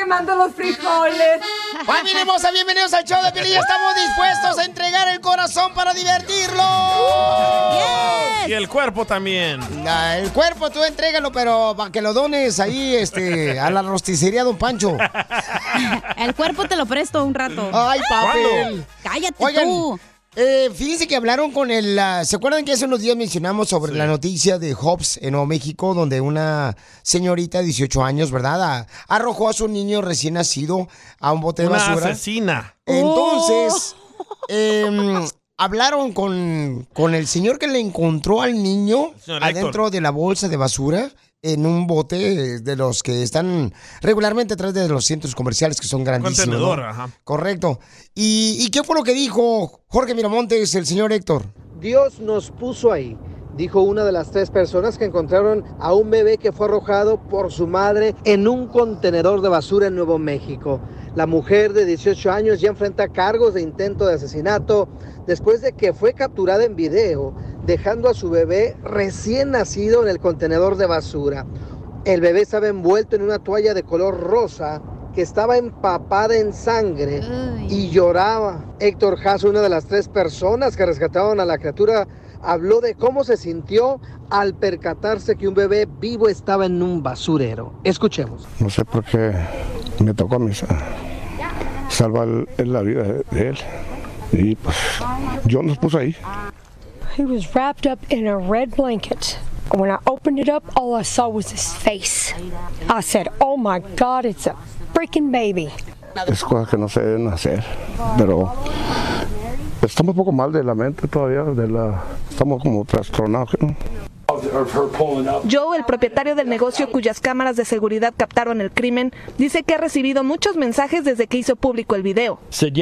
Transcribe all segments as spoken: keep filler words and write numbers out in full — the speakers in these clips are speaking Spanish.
quemando los frijoles. Familia hermosa, bienvenidos al show de Piolín. Estamos dispuestos a entregar el corazón para divertirlo. Yes. Y el cuerpo también. El cuerpo tú entrégalo, pero para que lo dones ahí este, a la rosticería Don Pancho. El cuerpo te lo presto un rato. Ay, papel. Cállate. Oigan, tú. Eh, fíjense que hablaron con el... Uh, ¿Se acuerdan que hace unos días mencionamos sobre sí. la noticia de Hobbs en Nuevo México, donde una señorita de dieciocho años, ¿verdad? A, arrojó a su niño recién nacido a un bote de una basura. Una asesina. Entonces, oh. eh, hablaron con, con el señor que le encontró al niño adentro Héctor. de la bolsa de basura, en un bote de los que están regularmente atrás de los centros comerciales, que son grandísimos. Contenedor, ¿no? Ajá. Correcto. ¿Y, ¿Y qué fue lo que dijo Jorge Miramontes, el señor Héctor? Dios nos puso ahí, dijo una de las tres personas que encontraron a un bebé que fue arrojado por su madre en un contenedor de basura en Nuevo México. La mujer de dieciocho años ya enfrenta cargos de intento de asesinato después de que fue capturada en video dejando a su bebé recién nacido en el contenedor de basura. El bebé estaba envuelto en una toalla de color rosa que estaba empapada en sangre y lloraba. Héctor Haas, una de las tres personas que rescataron a la criatura, habló de cómo se sintió al percatarse que un bebé vivo estaba en un basurero. Escuchemos. No sé por qué me tocó a mí salvar la vida de él. Y pues Dios nos puso ahí. He was wrapped up in a red blanket. When I opened it up, all I saw was his face. I said, oh my God, it's a freaking baby. Es cosas que no se deben hacer, pero estamos un poco mal de la mente todavía, de la, estamos como trastornados, ¿no? Joe, el propietario del negocio cuyas cámaras de seguridad captaron el crimen, dice que ha recibido muchos mensajes desde que hizo público el video.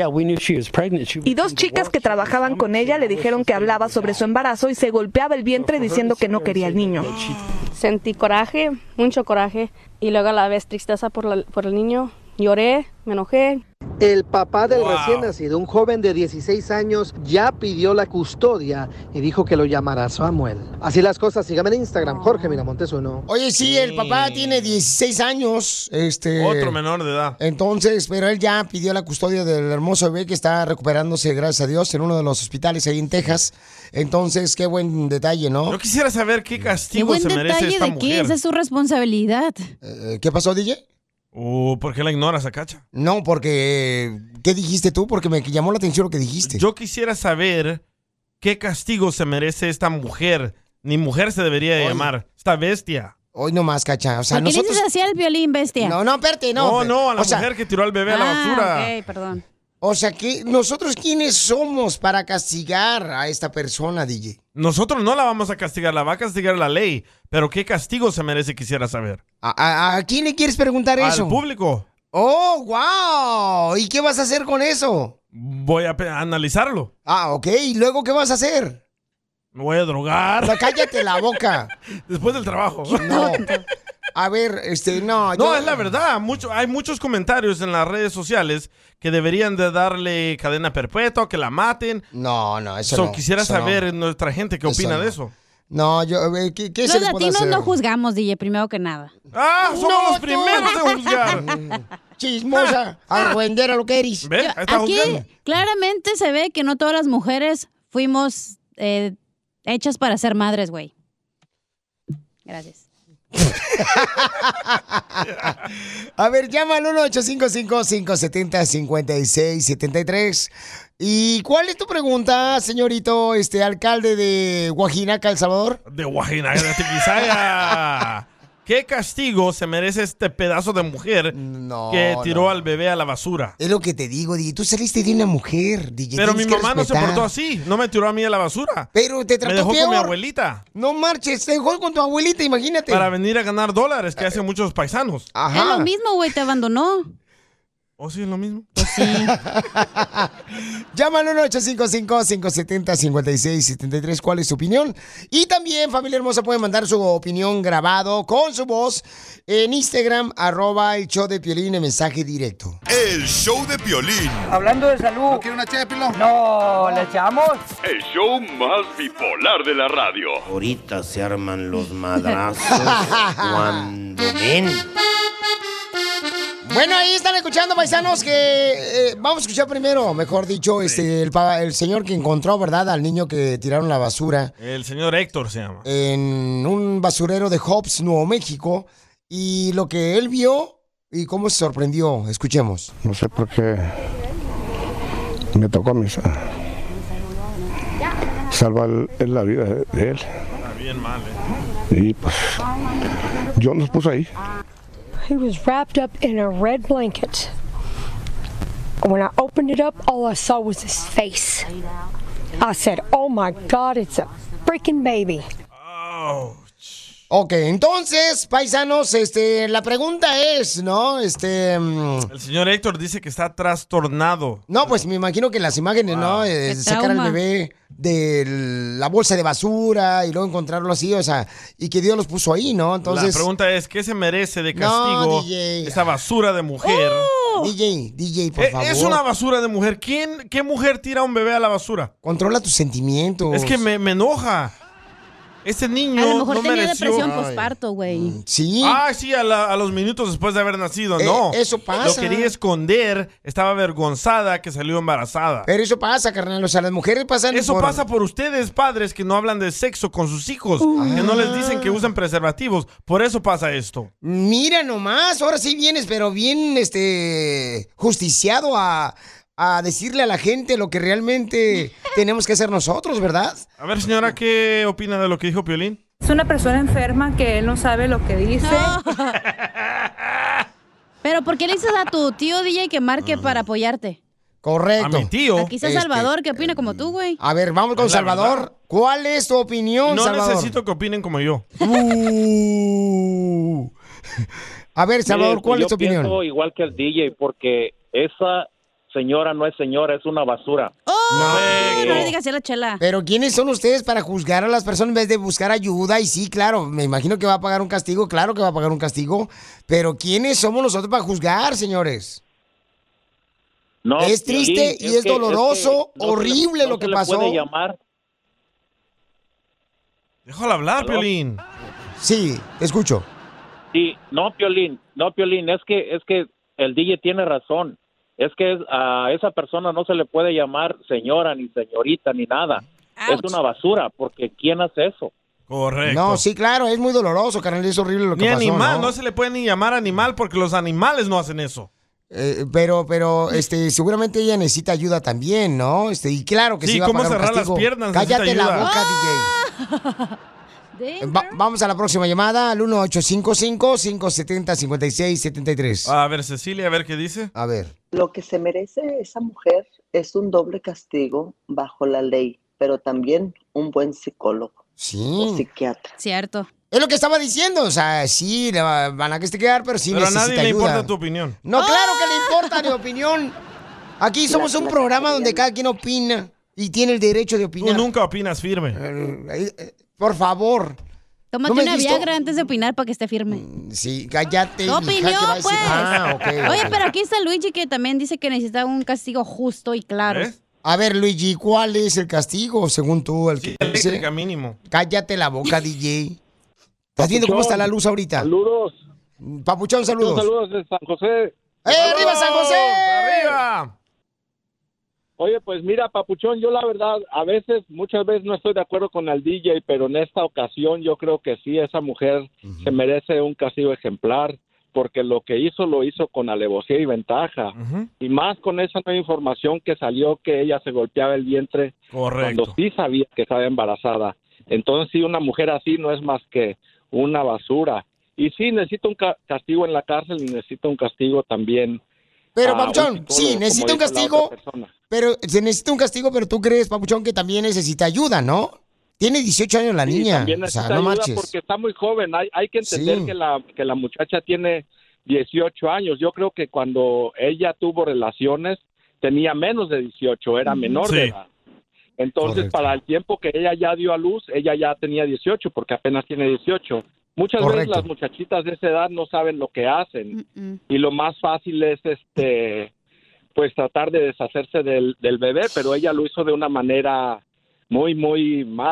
Y dos chicas que trabajaban con ella le dijeron que hablaba sobre su embarazo y se golpeaba el vientre diciendo que no quería el niño. Sentí coraje, mucho coraje, y luego a la vez tristeza por, la, por el niño. Lloré, me enojé. El papá del wow. recién nacido, un joven de dieciséis años, ya pidió la custodia y dijo que lo llamará Samuel. Así las cosas, síganme en Instagram, Jorge Miramontes uno. Oye, sí, el papá tiene dieciséis años. Este, Otro menor de edad. Entonces, pero él ya pidió la custodia del hermoso bebé que está recuperándose, gracias a Dios, en uno de los hospitales ahí en Texas. Entonces, qué buen detalle, ¿no? Yo quisiera saber qué castigo ¿Qué se buen merece detalle esta de mujer. qué? Esa es su responsabilidad. Eh, ¿Qué pasó, D J? Uh, ¿por qué la ignoras, Acacha? No, porque... ¿Qué dijiste tú? Porque me llamó la atención lo que dijiste. Yo quisiera saber qué castigo se merece esta mujer. Ni mujer se debería de llamar. Esta bestia. Hoy nomás, Cacha. O sea, ¿Por qué nosotros... le dices así al Piolín, bestia? No, no, espérate, no. No, no, a la o mujer sea... que tiró al bebé a la basura. Ah, ok, perdón. O sea, que ¿nosotros quiénes somos para castigar a esta persona, D J? Nosotros no la vamos a castigar, la va a castigar la ley. Pero ¿qué castigo se merece? Quisiera saber. ¿A, a, a quién le quieres preguntar eso? Al público. ¡Oh, wow! ¿Y qué vas a hacer con eso? Voy a, a analizarlo. Ah, ok. ¿Y luego qué vas a hacer? Me voy a drogar. No, cállate la boca. Después del trabajo. No. A ver, este, no. No, yo... es la verdad. Mucho, hay muchos comentarios en las redes sociales que deberían de darle cadena perpetua, que la maten. No, no, eso so, no. Quisiera eso saber no. nuestra gente qué Eso opina no. de eso. No, yo, ¿qué, qué se Los le puede latinos hacer? no juzgamos, D J, primero que nada. ¡Ah! Somos No, los primeros de juzgar. Chismosa, argüendera lo que eres. ¿Ves? Ahí está Aquí juzgando. claramente se ve que no todas las mujeres fuimos eh, hechas para ser madres, güey. Gracias. A ver, llama al uno ocho cinco cinco, cinco siete cero, cinco seis siete tres. ¿Y cuál es tu pregunta, señorito este alcalde de Guajinaca, El Salvador? De Guajinaca, de Tiquisaya. ¿Qué castigo se merece este pedazo de mujer no, que tiró no. al bebé a la basura? Es lo que te digo, D J. Tú saliste de una mujer, D J. Pero mi Tienes que mamá no se respetar. portó así. No me tiró a mí a la basura. Pero te trató Me dejó peor. con mi abuelita. No marches, te dejó con tu abuelita, imagínate. Para venir a ganar dólares, que hacen muchos paisanos. Ajá. Es lo mismo, güey, te abandonó. ¿O sí es lo mismo? Pues sí. Llama al uno ocho cinco cinco, cinco siete cero, cinco seis siete tres. ¿Cuál es su opinión? Y también, familia hermosa, pueden mandar su opinión grabado con su voz en Instagram, arroba el show de Piolín, en mensaje directo. El show de Piolín. Hablando de salud. ¿No quiere una ché de pilón? No, ¿le echamos? El show más bipolar de la radio. Ahorita se arman los madrazos cuando ven. Bueno, ahí están escuchando, paisanos, que eh, vamos a escuchar primero, mejor dicho, este el, pa- el señor que encontró, ¿verdad? Al niño que tiraron la basura. El señor Héctor se llama. En un basurero de Hobbs, Nuevo México. Y lo que él vio y cómo se sorprendió. Escuchemos. No sé por qué me tocó a mí sa- salvar el- la vida de de él. Está bien mal, ¿eh? Y pues yo nos puso ahí. He was wrapped up in a red blanket. When I opened it up, all I saw was his face. I said, oh my God, it's a freaking baby. Oh. Ok, entonces, paisanos, este, la pregunta es, ¿no? Este... mm, El señor Héctor dice que está trastornado. No, pues me imagino que las imágenes, ¿no? Eh, Qué sacar al trauma. bebé de la bolsa de basura y luego encontrarlo así, o sea, y que Dios los puso ahí, ¿no? Entonces... La pregunta es, ¿qué se merece de No, castigo D J. esa basura de mujer? D J, D J, por Eh, favor. Es una basura de mujer. ¿Quién, ¿Qué mujer tira a un bebé a la basura? Controla tus sentimientos. Es que me, me enoja. Ese niño A lo mejor no tenía mereció... depresión posparto, güey. Sí. Ah, sí, a, la- a los minutos después de haber nacido. Eh, no. eso pasa. Lo quería esconder. Estaba avergonzada que salió embarazada. Pero eso pasa, carnal. O sea, las mujeres pasan Eso por... pasa por ustedes, padres, que no hablan de sexo con sus hijos, que no les dicen que usan preservativos. Por eso pasa esto. Mira nomás, ahora sí vienes, pero bien, este, justiciado a, a decirle a la gente lo que realmente tenemos que hacer nosotros, ¿verdad? A ver, señora, ¿qué opina de lo que dijo Piolín? Es una persona enferma que él no sabe lo que dice. Pero ¿por qué le dices a tu tío D J que marque para apoyarte? Correcto. A mi tío. Aquí está Este, Salvador, que opina como tú, güey. A ver, vamos con Es la Salvador. verdad. ¿Cuál es tu opinión, No Salvador? necesito que opinen como yo. Uh. A ver, Salvador, Mire, ¿cuál yo es tu opinión? pienso igual que el D J, porque esa señora no es señora, es una basura. ¡Oh! No le digas así a la chela. Pero ¿quiénes son ustedes para juzgar a las personas en vez de buscar ayuda? Y sí, claro, me imagino que va a pagar un castigo, claro que va a pagar un castigo. Pero ¿quiénes somos nosotros para juzgar, señores? No, es triste Piolín, y es, que- doloroso, que no se le- horrible no lo se que le pasó. puede llamar. Déjalo hablar, ¿Aló? Piolín. Sí, te escucho. Sí, no, Piolín, no, Piolín, es que, es que el D J tiene razón. Es que es- a esa persona no se le puede llamar señora, ni señorita, ni nada. Es una basura, porque ¿quién hace eso? Correcto. No, sí, claro, es muy doloroso, carnal, es horrible lo que Ni pasó, animal, ¿no? no se le puede ni llamar animal porque los animales no hacen eso. Eh, pero, pero, este, seguramente ella necesita ayuda también, ¿no? Este, y claro que sí, Sí, va a ¿cómo pagar un cerrar las castigo. piernas? Necesita Cállate la ayuda. boca, D J. Va- vamos a la próxima llamada al uno ocho cinco cinco, cinco siete cero, cinco seis siete tres. A ver, Cecilia, a ver qué dice. A ver. Lo que se merece esa mujer es un doble castigo bajo la ley, pero también un buen psicólogo Sí. o psiquiatra. Cierto. Es lo que estaba diciendo, o sea, sí, le va- van a castigar, pero sí Pero a necesita nadie le ayuda. importa tu opinión. No, claro que le importa mi opinión. Aquí somos un programa donde cada quien opina y tiene el derecho de Tú opinar. nunca opinas firme. Eh, eh, Por favor. Tómate ¿No me una has visto? Viagra antes de opinar para que esté firme. Sí, cállate. Tu hija, opinión, que va a decir- pues. Ah, ok, Oye, ok. pero aquí está Luigi que también dice que necesita un castigo justo y claro. ¿Eh? A ver, Luigi, ¿cuál es el castigo según tú? El que dice? Eléctrica mínimo. Cállate la boca, D J. ¿Estás viendo cómo está la luz ahorita? Saludos. Papuchón, saludos. Saludos de San José. ¡Eh, arriba San José! ¡Arriba! Oye, pues mira, Papuchón, yo la verdad, a veces, muchas veces no estoy de acuerdo con el D J, pero en esta ocasión yo creo que sí, esa mujer se merece un castigo ejemplar, porque lo que hizo, lo hizo con alevosía y ventaja. Y más con esa nueva información que salió que ella se golpeaba el vientre Correcto. cuando sí sabía que estaba embarazada. Entonces sí, una mujer así no es más que una basura. Y sí, necesita un ca- castigo en la cárcel y necesita un castigo también. Pero, a Papuchón, un sí, psicólogo, necesita un como dice la castigo, otra persona. pero se necesita un castigo, pero tú crees, Papuchón, que también necesita ayuda, ¿no? Tiene dieciocho años la Sí, niña. también O sea, necesita no ayuda marches. porque está muy joven. Hay, hay que entender Sí. que, la, que la muchacha tiene dieciocho años. Yo creo que cuando ella tuvo relaciones tenía menos de dieciocho, era menor de Sí. edad. Entonces, Correcto. para el tiempo que ella ya dio a luz, ella ya tenía dieciocho, porque apenas tiene dieciocho. Muchas veces Correcto. las muchachitas de esa edad no saben lo que hacen. Mm-mm. Y lo más fácil es este pues tratar de deshacerse del, del bebé, pero ella lo hizo de una manera muy muy mal,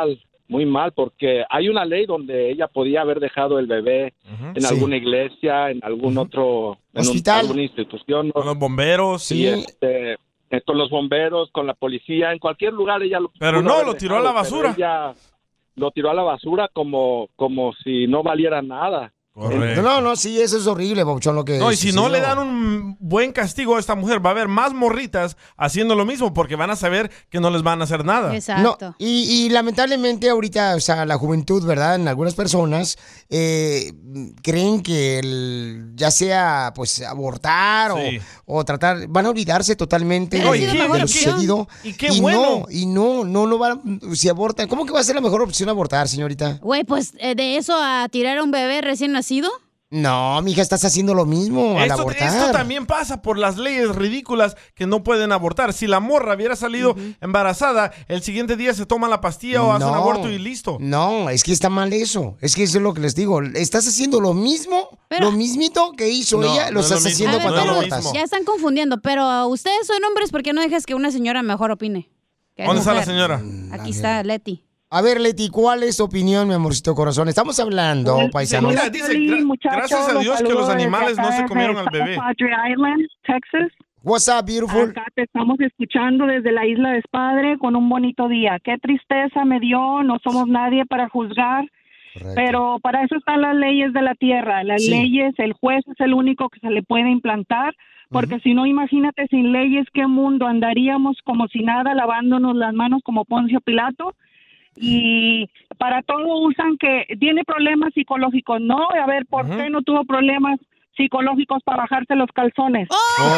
muy mal, porque hay una ley donde ella podía haber dejado el bebé uh-huh. en sí. alguna iglesia, en algún uh-huh. otro hospital, en alguna institución, ¿no? Con los bomberos, sí, este, con los bomberos, con la policía, en cualquier lugar ella lo. Pero no, lo tiró dejado, a la basura. Ella lo tiró a la basura como, como si no valiera nada. Correcto. No, no, sí, eso es horrible, Papuchón, lo que No, y si no le dan un buen castigo a esta mujer, va a haber más morritas haciendo lo mismo, porque van a saber que no les van a hacer nada. Exacto. No, y, y lamentablemente ahorita, o sea, la juventud, ¿verdad? En algunas personas eh, creen que el, ya sea, pues, abortar sí. o, o tratar, van a olvidarse totalmente de, de, de lo sucedido. Y qué y bueno. No, y no, no, no van, si abortan, ¿cómo que va a ser la mejor opción abortar, señorita? Güey, pues, eh, de eso a tirar a un bebé recién nacido. No, mija, estás haciendo lo mismo al esto, abortar. Esto también pasa por las leyes ridículas que no pueden abortar. Si la morra hubiera salido uh-huh. embarazada, el siguiente día se toma la pastilla o no, hace un aborto y listo. No, es que está mal eso. Es que eso es lo que les digo. Estás haciendo lo mismo, pero, lo mismito que hizo no, ella, lo no estás lo haciendo ver, cuando no abortas. Ya están confundiendo, pero ustedes son hombres, ¿por qué no dejas que una señora mejor opine? ¿Dónde está la señora? Aquí está Leti. A ver, Leti, ¿cuál es tu opinión, mi amorcito corazón? Estamos hablando, el, paisanos. Mira, dice, gra- gracias a Dios que los animales no se comieron al bebé. Padre Island, Texas. What's up, beautiful? Acá te estamos escuchando desde la isla de Padre con un bonito día. Qué tristeza me dio, no somos nadie para juzgar. Correcto. Pero para eso están las leyes de la tierra. Las sí. leyes, el juez es el único que se le puede implantar. Porque uh-huh. si no, imagínate, sin leyes, ¿qué mundo? Andaríamos como si nada, lavándonos las manos como Poncio Pilato. Y para todo usan que tiene problemas psicológicos. No, a ver, ¿por uh-huh. qué no tuvo problemas psicológicos para bajarse los calzones? ¡Oh!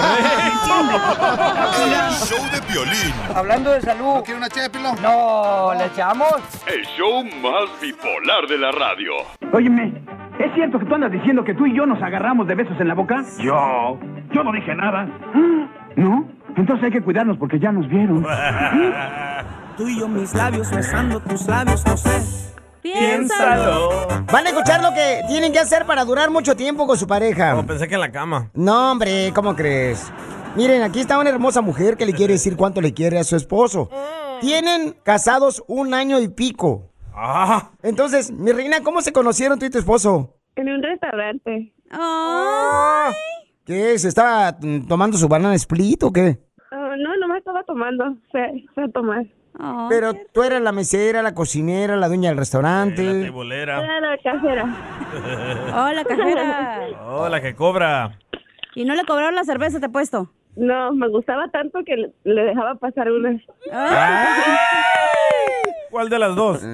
El show de Piolín. Hablando de salud. ¿No quiere una ché de pilón? No, ¿le echamos? El show más bipolar de la radio. Óyeme, ¿es cierto que tú andas diciendo que tú y yo nos agarramos de besos en la boca? Yo, yo no dije nada. ¿No? Entonces hay que cuidarnos porque ya nos vieron. Tú y yo mis labios besando tus labios, no sé. Piénsalo. Van a escuchar lo que tienen que hacer para durar mucho tiempo con su pareja. Oh, pensé que en la cama. No, hombre, ¿cómo crees? Miren, aquí está una hermosa mujer que le quiere decir cuánto le quiere a su esposo. Tienen casados un año y pico. Ah. Entonces, mi reina, ¿cómo se conocieron tú y tu esposo? En un restaurante. Oh. ¿Qué? ¿Se estaba tomando su banana split o qué? Uh, no, no me estaba tomando. Se fue a tomar. Oh, pero tú eras la mesera, la cocinera, la dueña del restaurante. Eh, la tebolera. Era la cajera. Oh, la cajera. Oh, la que cobra. ¿Y no le cobraron la cerveza, te he puesto? No, me gustaba tanto que le, le dejaba pasar unas. ¡Ay! ¿Cuál de las dos?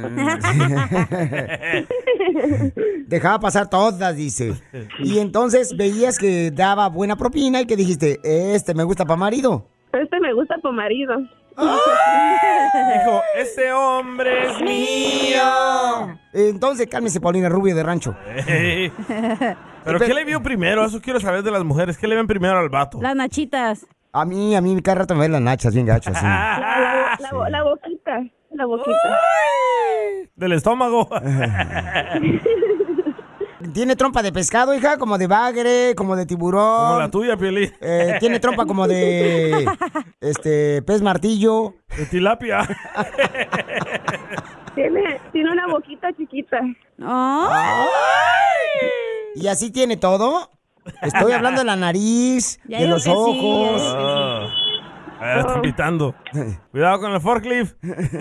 Dejaba pasar todas, dice. Y entonces veías que daba buena propina y que dijiste, este me gusta para marido. Este me gusta para marido. Dijo, ese hombre es mío. Entonces, cálmese, Paulina Rubio de Rancho. Hey. ¿Pero qué le vio primero? Eso quiero saber de las mujeres. ¿Qué le ven primero al vato? Las nachitas. A mí, a mí cada rato me ven las nachas bien gachas. ¿Sí? La, la, la, sí. la boquita, la boquita. Ay, del estómago. ¿Tiene trompa de pescado, hija? Como de bagre, como de tiburón. Como la tuya, Piolín. Eh, ¿Tiene trompa como de este pez martillo? De tilapia. Tiene, tiene una boquita chiquita. Oh. ¿Y así tiene todo? Estoy hablando de la nariz, ya de los ojos. Sí, oh. Ahora está invitando. Cuidado con el forklift.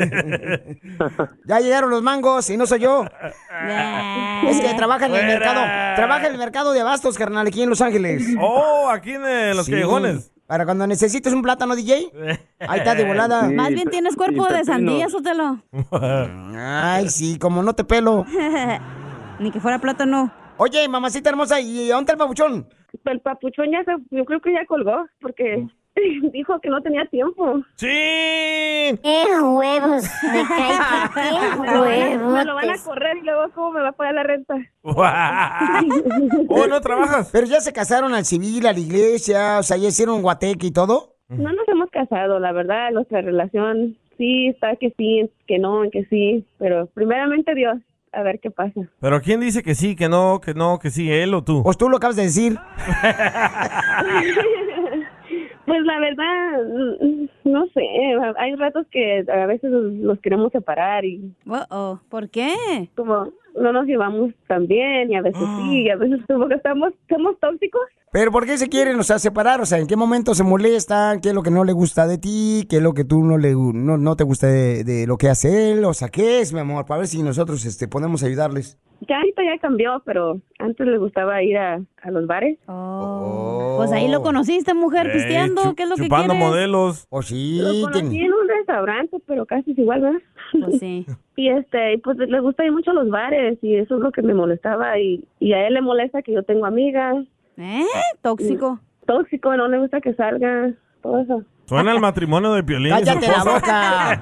Ya llegaron los mangos y no soy yo. Es que trabaja en el mercado. Trabaja en el mercado de abastos, carnal, aquí en Los Ángeles. Oh, aquí en eh, los sí. callejones. Para cuando necesites un plátano, D J. Ahí está de volada. Sí, más bien tienes cuerpo de sandía, Sotelo. Ay, sí, como no te pelo. Ni que fuera plátano. Oye, mamacita hermosa, ¿y dónde está el papuchón? El papuchón ya se, yo creo que ya colgó, porque dijo que no tenía tiempo. ¡Sí! ¡Qué huevos! Me cae que qué huevos. Me lo van a correr y luego ¿cómo me va a pagar la renta? ¿Oh, no trabajas? Pero ya se casaron al civil, a la iglesia, o sea, ya hicieron guateque y todo. No nos hemos casado, la verdad, nuestra relación sí está que sí, que no, que sí, pero primeramente Dios. A ver qué pasa. ¿Pero quién dice que sí, que no, que no, que sí, él o tú? Pues tú lo acabas de decir. Pues la verdad, no sé, hay ratos que a veces los, los queremos separar y... Uh-oh. ¿Por qué? Como no nos llevamos tan bien y a veces sí, y a veces como que estamos, somos tóxicos. ¿Pero por qué se quieren, o sea, separar? O sea, ¿en qué momento se molestan? ¿Qué es lo que no le gusta de ti? ¿Qué es lo que tú no le no, no te gusta de, de lo que hace él? O sea, ¿qué es, mi amor? Para ver si nosotros este, podemos ayudarles. Ya ahorita ya cambió, pero antes le gustaba ir a, a los bares. Oh. Pues ahí lo conociste, mujer, Ey, pisteando. chu- ¿Qué es lo que chupando quieres? modelos. Oh, sí. Lo conocí en un restaurante, pero casi es igual, ¿verdad? Pues sí. Y este, pues le gusta ir mucho a los bares y eso es lo que me molestaba y, y a él le molesta que yo tengo amigas. ¿Eh? Tóxico. Y, tóxico, no le gusta que salga, todo eso. Suena el matrimonio de Piolín. ¡Cállate la boca!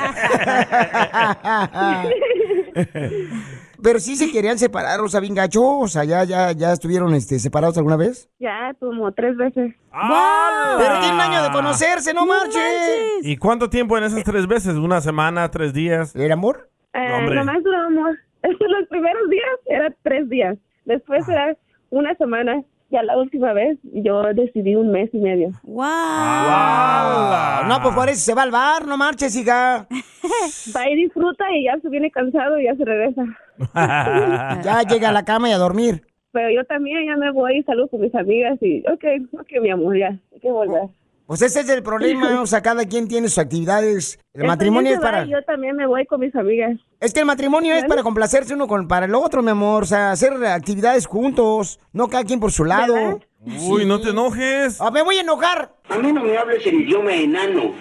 Pero sí se querían separar, o sea, bien gacho, o sea, ya, ya, ya estuvieron este, separados alguna vez. Ya, como tres veces. ¡Hala! Pero tiene un año de conocerse, no marches. ¿Y cuánto tiempo en esas tres veces? ¿Una semana, tres días? ¿Era amor? Eh, No, hombre. nomás duramos, los primeros días era tres días, después era una semana, ya la última vez yo decidí un mes y medio. ¡Wow! ¡Wow! No, pues por eso se va al bar, no marches, hija. Va y disfruta y ya se viene cansado y ya se regresa. Ya llega a la cama y a dormir. Pero yo también ya me voy y salgo con mis amigas y, ok, ok, mi amor, ya, hay que volver. Pues ese es el problema, o sea, cada quien tiene sus actividades. El Él matrimonio es también se va para... y yo también me voy con mis amigas. Es que el matrimonio es para complacerse uno con para el otro, mi amor. O sea, hacer actividades juntos, no cada quien por su lado. ¿Verdad? Uy, no te enojes. Ah, me voy a enojar. A mí no me hables en idioma enano.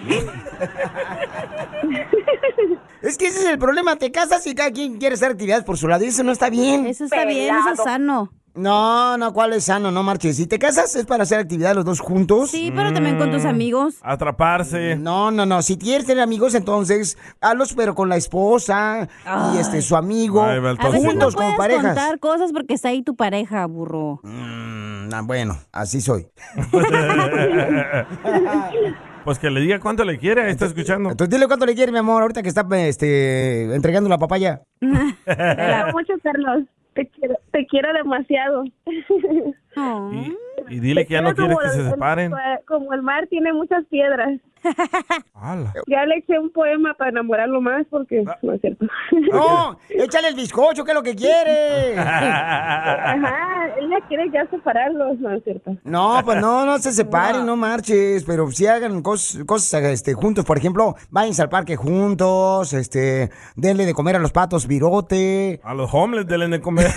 Es que ese es el problema, te casas y cada quien quiere hacer actividades por su lado y eso no está bien. Eso está bien, eso es sano. No, no, ¿cuál es sano? No marches. Si te casas es para hacer actividades los dos juntos. Sí, pero también con tus amigos. Atraparse. No, no, no. Si quieres tener amigos, entonces hazlos, pero con la esposa Ay. y este su amigo. Ay, va el A veces no juntos como puedes parejas. contar cosas porque está ahí tu pareja, burro. Mm, ah, bueno, así soy. Pues que le diga cuánto le quiere, ahí está escuchando. Entonces dile cuánto le quiere, mi amor, ahorita que está este, entregando la papaya. Te quiero mucho, Carlos. Te quiero, te quiero demasiado. Y, y dile que ya no quiere Como que se el- separen. el- Como el mar tiene muchas piedras. ¡Hala! Ya le eché un poema para enamorarlo más porque no es cierto. No, échale el bizcocho, que es lo que quiere. Ajá, ella quiere ya separarlos, no es cierto. No, pues no, no se separen, no marches, pero sí hagan cosas, cosas este, juntos. Por ejemplo, váyanse al parque juntos, este, denle de comer a los patos virote. A los homeless deben de comer.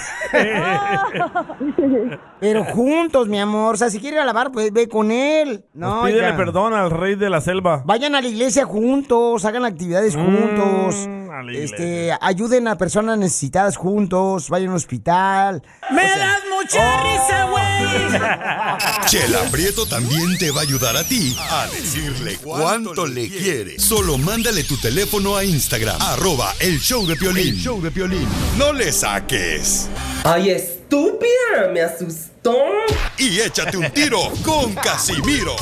Pero juntos, mi amor. O sea, si quiere ir a lavar, pues ve con él. No, Pues pídele ya. perdón al rey de la selva. Vayan a la iglesia juntos, hagan actividades juntos. Mm, a la Este, ayuden a personas necesitadas juntos, vayan al hospital. ¡Me das mucha risa, güey! Chela Prieto también te va a ayudar a ti a decirle cuánto le quiere. Solo mándale tu teléfono a Instagram, arroba el show de Piolín. El show de Piolín. No le saques. ¡Ay, estúpida! ¡Me asustó! Y échate un tiro con Casimiro.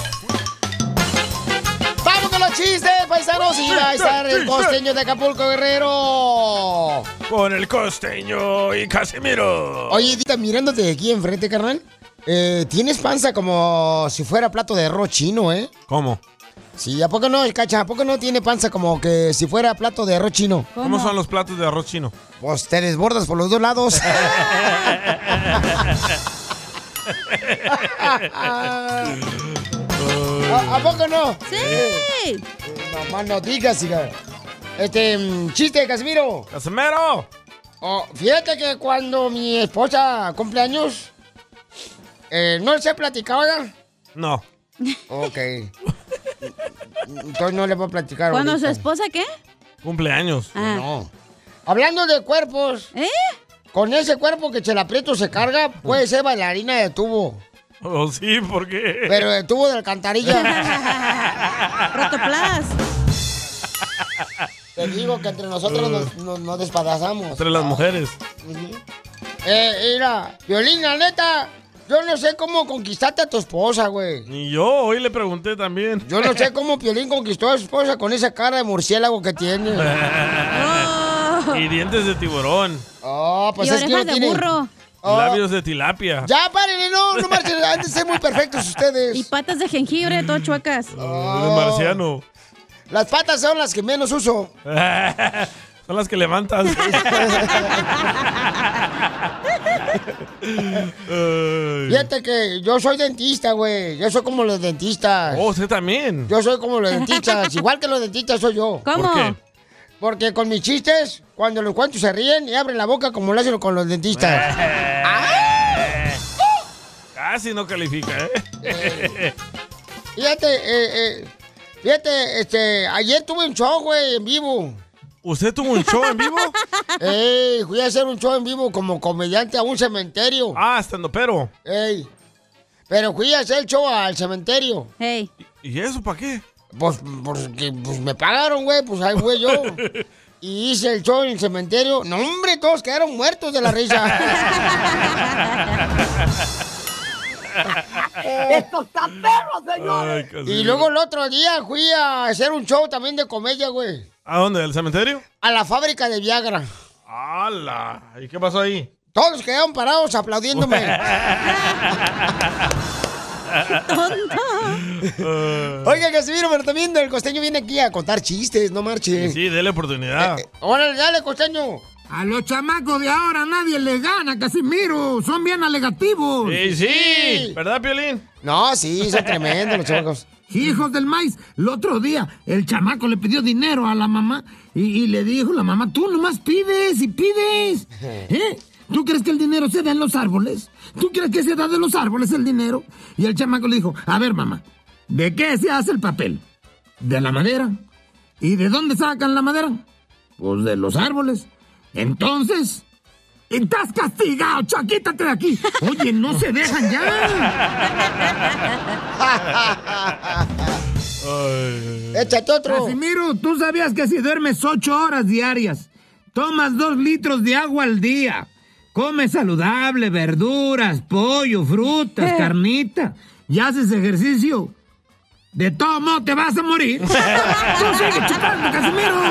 ¡Vamos con los chistes, paisanos! Y va a estar el costeño de Acapulco, Guerrero. Con el costeño y Casimiro. Oye, Edita, mirándote de aquí enfrente, carnal, eh, tienes panza como si fuera plato de arroz chino, ¿eh? ¿Cómo? Sí, ¿a poco no, Cacha? ¿A poco no tiene panza como que si fuera plato de arroz chino? ¿Cómo, son los platos de arroz chino? Pues te desbordas por los dos lados. ¿A, ¿A poco no? ¡Sí! No más no digas, hija. Este, mm, chiste, Casimiro. ¡Casimiro! Oh, fíjate que cuando mi esposa cumple años, eh, ¿no les he platicado ya? No. Ok. Entonces no les voy a platicar ¿Cuándo su ahorita. esposa qué? Cumpleaños. Ah. No. Hablando de cuerpos. ¿Eh? Con ese cuerpo que Chela Prieto se carga, puede ser bailarina de tubo. Oh, sí, ¿por qué? Pero de tubo de alcantarilla. Rotoplas. Te digo que entre nosotros nos, nos, nos despadazamos. Entre las mujeres. Uh-huh. Eh, mira, Violín, la neta, yo no sé cómo conquistaste a tu esposa, güey. Ni yo, hoy le pregunté también. Yo no sé cómo Piolín conquistó a su esposa con esa cara de murciélago que tiene. Y dientes de tiburón. Oh, pues y es que orejas no de tiene... burro. Oh. Labios de tilapia. Ya, párenle, no, no marchen, han de ser muy perfectos ustedes. Y patas de jengibre, todas chuecas. Oh. De marciano. Las patas son las que menos uso. Son las que levantas. Fíjate que yo soy dentista, güey. Yo soy como los dentistas. Oh, usted también. Yo soy como los dentistas. Igual que los dentistas soy yo. ¿Cómo? ¿Por qué? Porque con mis chistes, cuando los cuento se ríen y abren la boca como lo hacen con los dentistas. Casi no califica, ¿eh? Fíjate, eh, eh, fíjate, este, ayer tuve un show, güey, en vivo. ¿Usted tuvo un show en vivo? Ey, fui a hacer un show en vivo como comediante a un cementerio. Ah, estando pero. Ey, pero fui a hacer el show al cementerio. Hey. ¿Y eso para qué? Pues porque pues, me pagaron, güey, pues ahí fui yo. Y hice el show en el cementerio. No, hombre, todos quedaron muertos de la risa. ¡Esto está perro, señores! Ay, y luego el otro día fui a hacer un show también de comedia, güey. ¿A dónde? ¿Al cementerio? A la fábrica de Viagra. ¡Hala! ¿Y qué pasó ahí? Todos quedaron parados aplaudiéndome. Oiga, Casimiro, pero también el costeño viene aquí a contar chistes, no marche. Sí, sí, dele oportunidad. Eh, eh, órale, dale, costeño. A los chamacos de ahora nadie les gana, Casimiro. Son bien alegativos. Sí, sí. ¿Verdad, Piolín? No, sí, son tremendos los chamacos. Hijos del maíz. El otro día el chamaco le pidió dinero a la mamá y, y le dijo la mamá, tú nomás pides y pides. ¿Eh? ¿Tú crees que el dinero se da en los árboles? ¿Tú crees que se da de los árboles el dinero? Y el chamaco le dijo, a ver, mamá, ¿de qué se hace el papel? ¿De la madera? ¿Y de dónde sacan la madera? Pues de los árboles. Entonces, estás castigado, chaquítate de aquí. Oye, no se dejan ya. Échate otro. Casimiro, ¿tú sabías que si duermes ocho horas diarias, tomas dos litros de agua al día, comes saludable, verduras, pollo, frutas, carnita, y haces ejercicio, de todo modo te vas a morir? ¡Tú sigue chupando, Casimiro!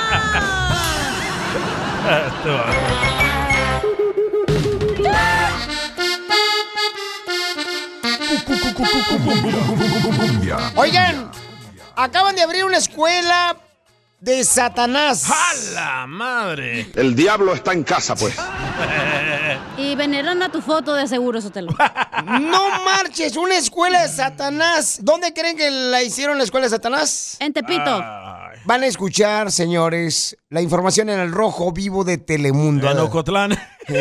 Oigan, acaban de abrir una escuela de Satanás. ¡A la madre! El diablo está en casa, pues. Y veneran a tu foto de seguro, Sotelo. No marches, una escuela de Satanás. ¿Dónde creen que la hicieron la escuela de Satanás? En Tepito. Ay. Van a escuchar, señores, la información en el Rojo Vivo de Telemundo. En Ocotlán.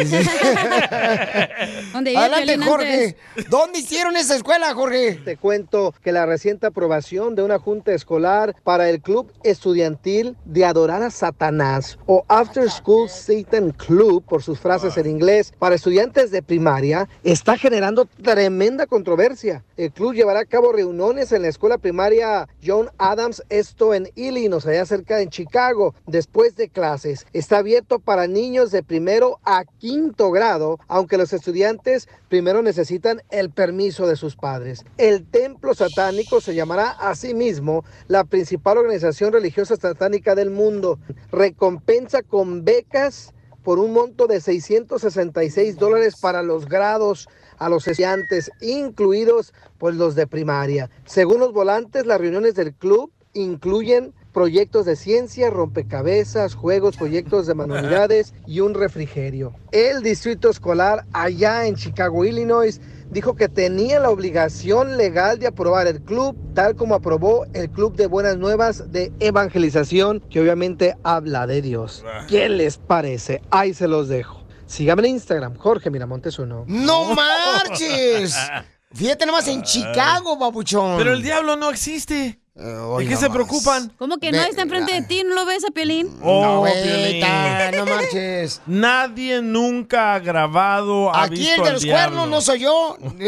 Adelante, Jorge. ¿Dónde hicieron esa escuela, Jorge? Te cuento que la reciente aprobación de una junta escolar para el club estudiantil de adorar a Satanás, o After School Satan Club, por sus frases en inglés, para estudiantes de primaria, está generando tremenda controversia. El club llevará a cabo reuniones en la escuela primaria John Adams, esto en Illinois, allá cerca de Chicago, después de clases. Está abierto para niños de primero a quinto grado, aunque los estudiantes primero necesitan el permiso de sus padres. El templo satánico se llamará a sí mismo la principal organización religiosa satánica del mundo. Recompensa con becas por un monto de seiscientos sesenta y seis dólares para los grados a los estudiantes, incluidos pues los de primaria. Según los volantes, las reuniones del club incluyen proyectos de ciencia, rompecabezas, juegos, proyectos de manualidades y un refrigerio. El distrito escolar allá en Chicago, Illinois, dijo que tenía la obligación legal de aprobar el club, tal como aprobó el Club de Buenas Nuevas de Evangelización, que obviamente habla de Dios. ¿Qué les parece? Ahí se los dejo. Síganme en Instagram, Jorge Miramontes uno. ¡No marches! Fíjate nomás en Chicago, babuchón. Pero el diablo no existe. Uh, ¿De qué no se más. preocupan? ¿Cómo que no está enfrente de ti? ¿No lo ves a Piolín? Oh, no, Piolín. veta, no marches. Nadie nunca ha grabado, ha Aquí visto el de al los diablo. cuernos no soy yo. No,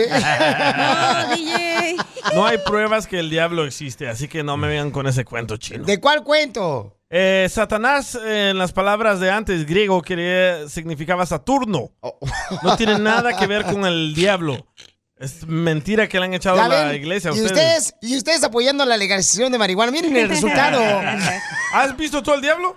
D J. No hay pruebas que el diablo existe, así que no me vengan con ese cuento chino. ¿De cuál cuento? Eh, Satanás, eh, en las palabras de antes griego, quería, significaba Saturno. No tiene nada que ver con el diablo. Es mentira que le han echado a la ven? iglesia a ¿Y ustedes. ustedes. Y ustedes apoyando la legalización de marihuana. Miren el resultado. ¿Has visto tú al diablo?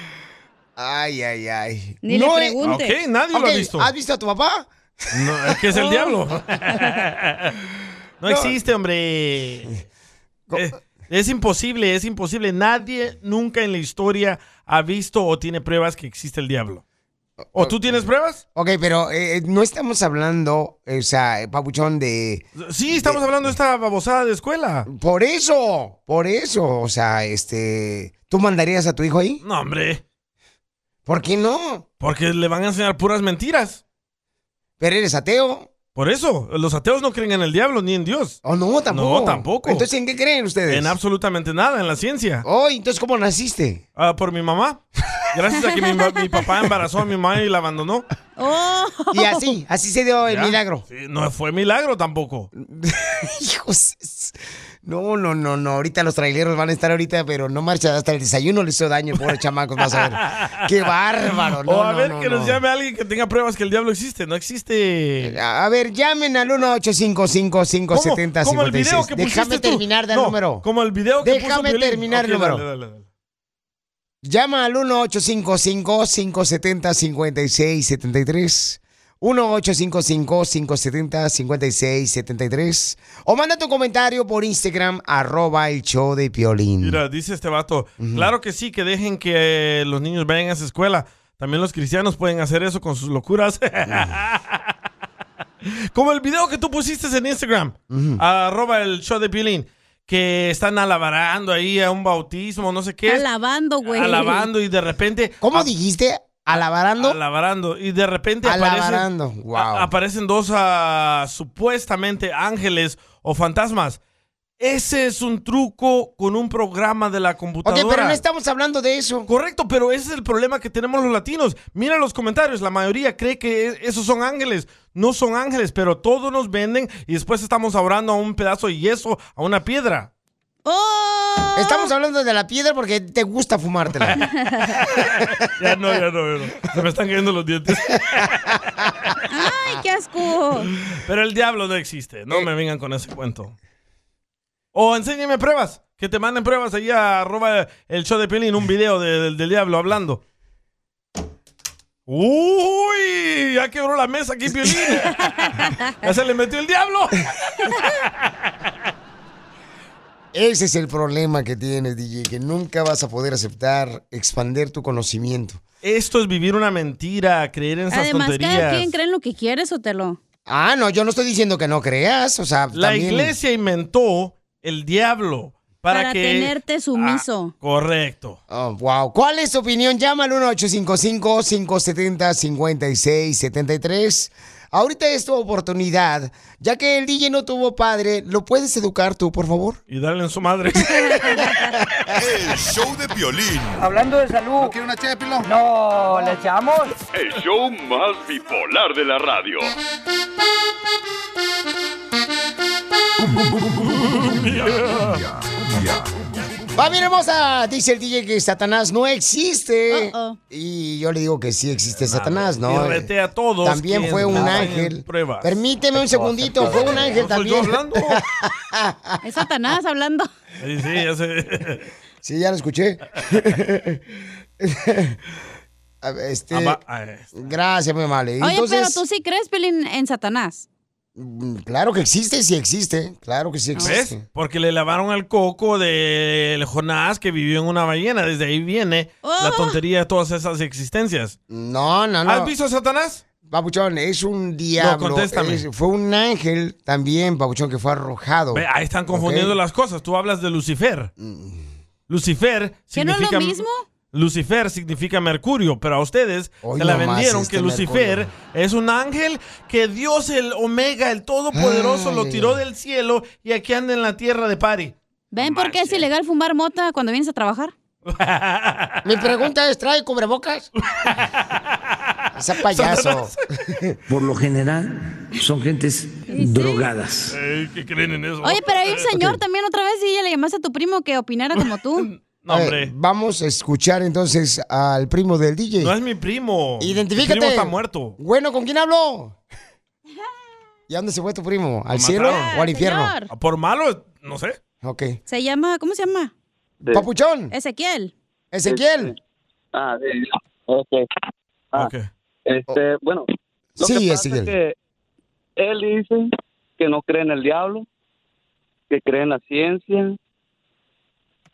Ay, ay, ay. Ni no le he- pregunte. Ok, nadie Ok, lo ha visto. ¿has visto a tu papá? No, es que es el diablo. No, No. existe, hombre. Eh, Es imposible, es imposible. Nadie nunca en la historia ha visto o tiene pruebas que existe el diablo. ¿O tú tienes pruebas? Ok, pero eh, no estamos hablando, o sea, Papuchón, de... Sí, estamos de, hablando de esta babosada de escuela. Por eso, por eso, o sea, este... ¿Tú mandarías a tu hijo ahí? No, hombre. ¿Por qué no? Porque le van a enseñar puras mentiras. ¿Pero eres ateo? Por eso, los ateos no creen en el diablo ni en Dios. Oh, no, tampoco. No, tampoco. Entonces, ¿en qué creen ustedes? En absolutamente nada, en la ciencia. Oh, entonces, ¿cómo naciste? Uh, por mi mamá. Gracias a que mi, mi papá embarazó a mi mamá y la abandonó. Oh. Y así, así se dio el ¿Ya? milagro. Sí, no fue milagro tampoco. Hijos, no, no, no, no. Ahorita los traileros van a estar ahorita, pero no marcha, hasta el desayuno le hizo daño, pobre chamacos, vas a ver. ¡Qué bárbaro! No, o a no, ver, no, que no. nos llame alguien que tenga pruebas que el diablo existe. No existe. A ver, llamen al uno ocho cinco cinco, cinco siete cero, cinco seis. Déjame terminar de no, número. Como el video que Déjame puso terminar okay, el número. Dale, dale, dale. Llama al uno ocho cinco cinco, cinco siete cero, cinco seis siete tres. uno ocho cinco cinco, cinco siete cero, cinco seis siete tres. O manda tu comentario por Instagram, arroba el show de Piolín. Mira, dice este vato, uh-huh. Claro que sí, que dejen que los niños vayan a esa escuela. También los cristianos pueden hacer eso con sus locuras. Como el video que tú pusiste en Instagram, uh-huh. arroba el show de Piolín. Que están alabarando ahí a un bautismo, no sé qué. Alabando, güey. Alabando y de repente... ¿Cómo dijiste? ¿Alabarando? Alabarando. Y de repente Alabarando. aparecen, wow. a, aparecen dos uh, supuestamente ángeles o fantasmas. Ese es un truco con un programa de la computadora. Ok, pero no estamos hablando de eso. Correcto, pero ese es el problema que tenemos los latinos. Mira los comentarios, la mayoría cree que esos son ángeles. No son ángeles, pero todos nos venden y después estamos orando a un pedazo de yeso, a una piedra. ¡Oh! Estamos hablando de la piedra porque te gusta fumártela. ya no, ya no, ya no. Se me están cayendo los dientes. ¡Ay, qué asco! Pero el diablo no existe. No eh. me vengan con ese cuento. O enséñeme pruebas. Que te manden pruebas ahí a arroba el show de Piolín, un video de, de, del diablo hablando. ¡Uy! Ya quebró la mesa aquí, Piolín. Ya se le metió el diablo. Ese es el problema que tienes, D J, que nunca vas a poder aceptar expandir tu conocimiento. Esto es vivir una mentira, creer en esas Además, tonterías. Además, cada quien cree en lo que quiere, Sotelo. Ah, no, yo no estoy diciendo que no creas, o sea, La también... iglesia inventó el diablo para, para que... tenerte sumiso. Ah, correcto. Oh, wow. ¿Cuál es tu opinión? Llama al uno ocho cinco cinco, cinco siete cero, cinco seis siete tres. Ahorita es tu oportunidad. Ya que el D J no tuvo padre, ¿lo puedes educar tú, por favor? Y darle en su madre. El show de Piolín. Hablando de salud. ¿No quiere una ché de pilón? No, ¿le echamos? El show más bipolar de la radio. Va, bien hermosa, dice el D J que Satanás no existe. Uh-oh. Y yo le digo que sí existe Satanás, ¿no? Y rete a todos. También fue un ángel. Pruebas. Permíteme un segundito, fue un ángel ¿No también. estoy yo hablando? Es Satanás hablando. Sí, sí, ya sé. Sí, ya lo escuché. este, Aba- ah, este. Gracias, muy amable. Oye, Entonces, pero tú sí crees, Pelín, en Satanás. claro que existe, sí existe. Claro que sí existe. ¿Ves? Porque le lavaron el coco del Jonás que vivió en una ballena. Desde ahí viene Oh. la tontería de todas esas existencias. No, no, no. ¿Has visto a Satanás? Papuchón, es un diablo. No, contéstame. Es- fue un ángel también, Papuchón, que fue arrojado. Ve, ahí están confundiendo ¿Ok? las cosas. Tú hablas de Lucifer. Lucifer ¿Que no es significa... lo mismo? Lucifer significa Mercurio, pero a ustedes Hoy se la nomás vendieron este que Lucifer Mercurio. es un ángel que Dios, el Omega, el Todopoderoso, Ay. lo tiró del cielo y aquí anda en la tierra de pari. ¿Ven por qué es ilegal fumar mota cuando vienes a trabajar? Mi pregunta es, ¿trae cubrebocas? Ese payaso. Por lo general, son gentes drogadas. Ey, ¿qué creen en eso? Oye, pero hay un señor también otra vez y ya le llamaste a tu primo que opinara como tú. No, A ver, hombre. vamos a escuchar entonces al primo del D J. No es mi primo. Identifícate. Mi primo está muerto. Bueno, ¿con quién hablo? ¿Y a dónde se fue tu primo? ¿Al Lo cielo mataron. o al infierno? Señor. Por malo, no sé. Ok. Se llama, ¿cómo se llama? Papuchón, Ezequiel. Ezequiel. Ah, sí. Ok. Ah, Ok. este, bueno. Lo Sí, que pasa Ezequiel. es que él dice que no cree en el diablo, que cree en la ciencia,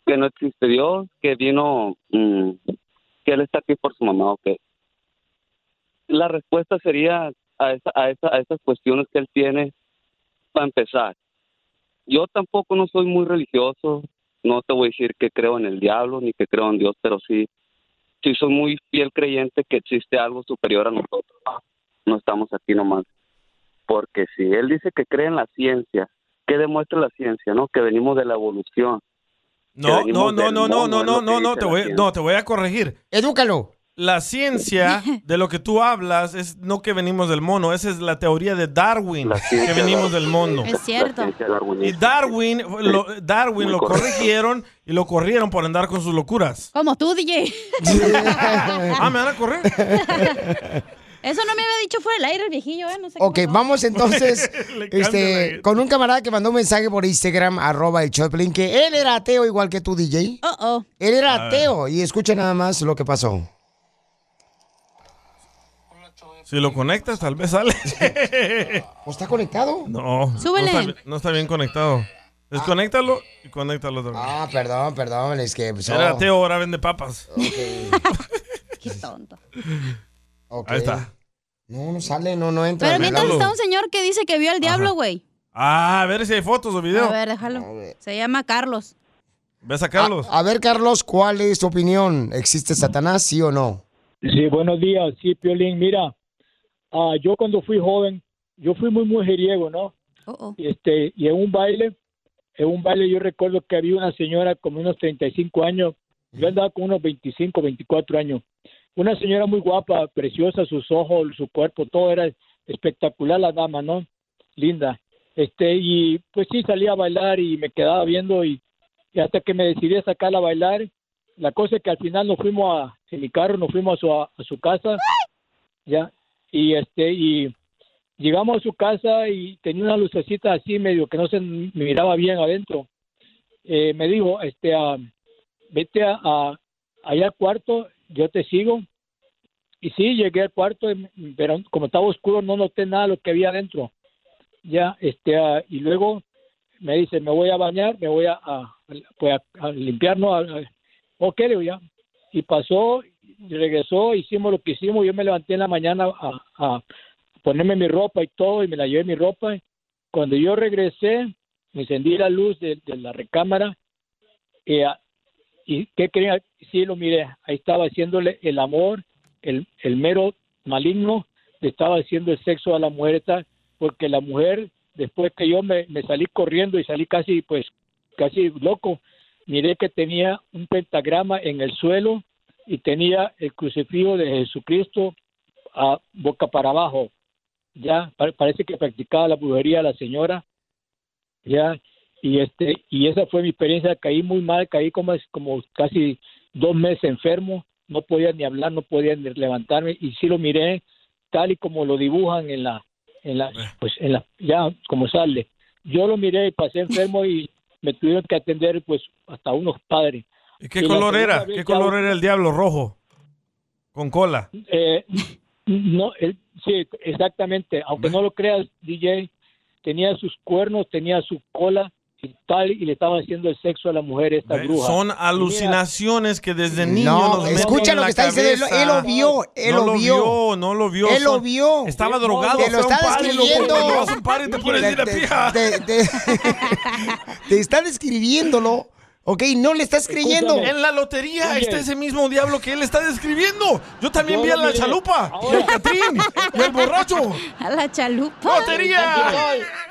que no existe Dios, que vino, mmm, que Él está aquí por su mamá, ¿ok? La respuesta sería a, esa, a, esa, a esas cuestiones que Él tiene, para empezar. Yo tampoco no soy muy religioso, no te voy a decir que creo en el diablo ni que creo en Dios, pero sí, sí soy muy fiel creyente que existe algo superior a nosotros. No estamos aquí nomás. Porque si Él dice que cree en la ciencia, ¿qué demuestra la ciencia, no? Que venimos de la evolución. No, no, no, no, no, no, no, no, no, te voy, no, te voy a corregir. Edúcalo. La ciencia de lo que tú hablas es no que venimos del mono, esa es la teoría de Darwin, que venimos del mono. Es cierto. Y Darwin, lo, Darwin lo corrigieron y lo corrieron por andar con sus locuras. Como tú, D J. Ah, ¿me van a correr? Eso no me había dicho fuera del aire el viejillo, ¿eh? No sé Ok, vamos entonces este, con un camarada que mandó un mensaje por Instagram, arroba el Choplin, que él era ateo igual que tú, D J. Oh, oh. Él era ateo y escucha nada más lo que pasó. Si lo conectas, tal vez sale. ¿O está conectado? No, Súbele. No está, no está bien conectado. Desconéctalo y conéctalo otra vez. Ah, perdón, perdón, es que... Pues, Era oh. ateo, ahora vende papas. Okay. Qué tonto. Okay. Ahí está. No, no sale, no, no entra. Pero mientras Déjalo. está un señor que dice que vio al diablo, güey. Ah, a ver si hay fotos o video. A ver, déjalo. Se llama Carlos. ¿Ves a Carlos? A, a ver, Carlos, ¿cuál es tu opinión? ¿Existe Satanás, sí o no? Sí, buenos días. Sí, Piolín, mira, uh, yo cuando fui joven, yo fui muy mujeriego, ¿no? Uh-oh. Este, y en un baile, en un baile yo recuerdo que había una señora como unos treinta y cinco años, yo andaba con unos veinticinco, veinticuatro años. Una señora muy guapa, preciosa, sus ojos, su cuerpo, todo era espectacular la dama, ¿no? Linda. Este, y pues sí, salía a bailar y me quedaba viendo y, y hasta que me decidí a sacarla a bailar. La cosa es que al final nos fuimos a, en mi carro, nos fuimos a su, a, a su casa, ya, y este, y llegamos a su casa y tenía una lucecita así medio que no se miraba bien adentro. Eh, me dijo, este, uh, vete a, a allá al cuarto, yo te sigo. Y sí, llegué al cuarto, pero como estaba oscuro no noté nada de lo que había adentro. Ya, este, uh, y luego me dice, me voy a bañar, me voy a, a, pues a, a limpiar, ¿no? A, a, ok, le digo ya. Y pasó, regresó, hicimos lo que hicimos. Yo me levanté en la mañana a, a ponerme mi ropa y todo, y me la llevé mi ropa. Cuando yo regresé, me encendí la luz de, de la recámara. Y, y ¿qué creía? Sí, lo miré. Ahí estaba haciéndole el amor, el, el mero maligno, le estaba haciendo el sexo a la mujer esta, porque la mujer, después que yo me, me salí corriendo y salí casi, pues, casi loco, miré que tenía un pentagrama en el suelo y tenía el crucifijo de Jesucristo a boca para abajo. Ya, parece que practicaba la brujería la señora. Ya, y este y esa fue mi experiencia. Caí muy mal, caí como, como casi dos meses enfermo. No podía ni hablar, no podía ni levantarme. Y sí lo miré tal y como lo dibujan en la, en la, pues en la, ya como sale. Yo lo miré y pasé enfermo y me tuvieron que atender pues hasta unos padres. ¿Y qué y color era? ¿Qué color ya... era el diablo? Rojo, con cola. Eh, no, el, sí, exactamente. Aunque no lo creas, D J, tenía sus cuernos, tenía su cola y tal, y le estaba haciendo el sexo a la mujer esta bruja. Son alucinaciones que desde niño no, nos escucha lo que está diciendo, él, él lo vio, él no lo vio. vio. No lo vio, él lo vio. Estaba drogado. Te lo está describiendo. Cuando vas a un party te pones de pija. Te, te, te está describiéndolo. Ok, no le estás creyendo. Escúchame. En la lotería Oye. está ese mismo diablo que él está describiendo. Yo también Yo vi a la chalupa. Ahora. Y al Catrín. Y al borracho. A la chalupa. ¡Lotería!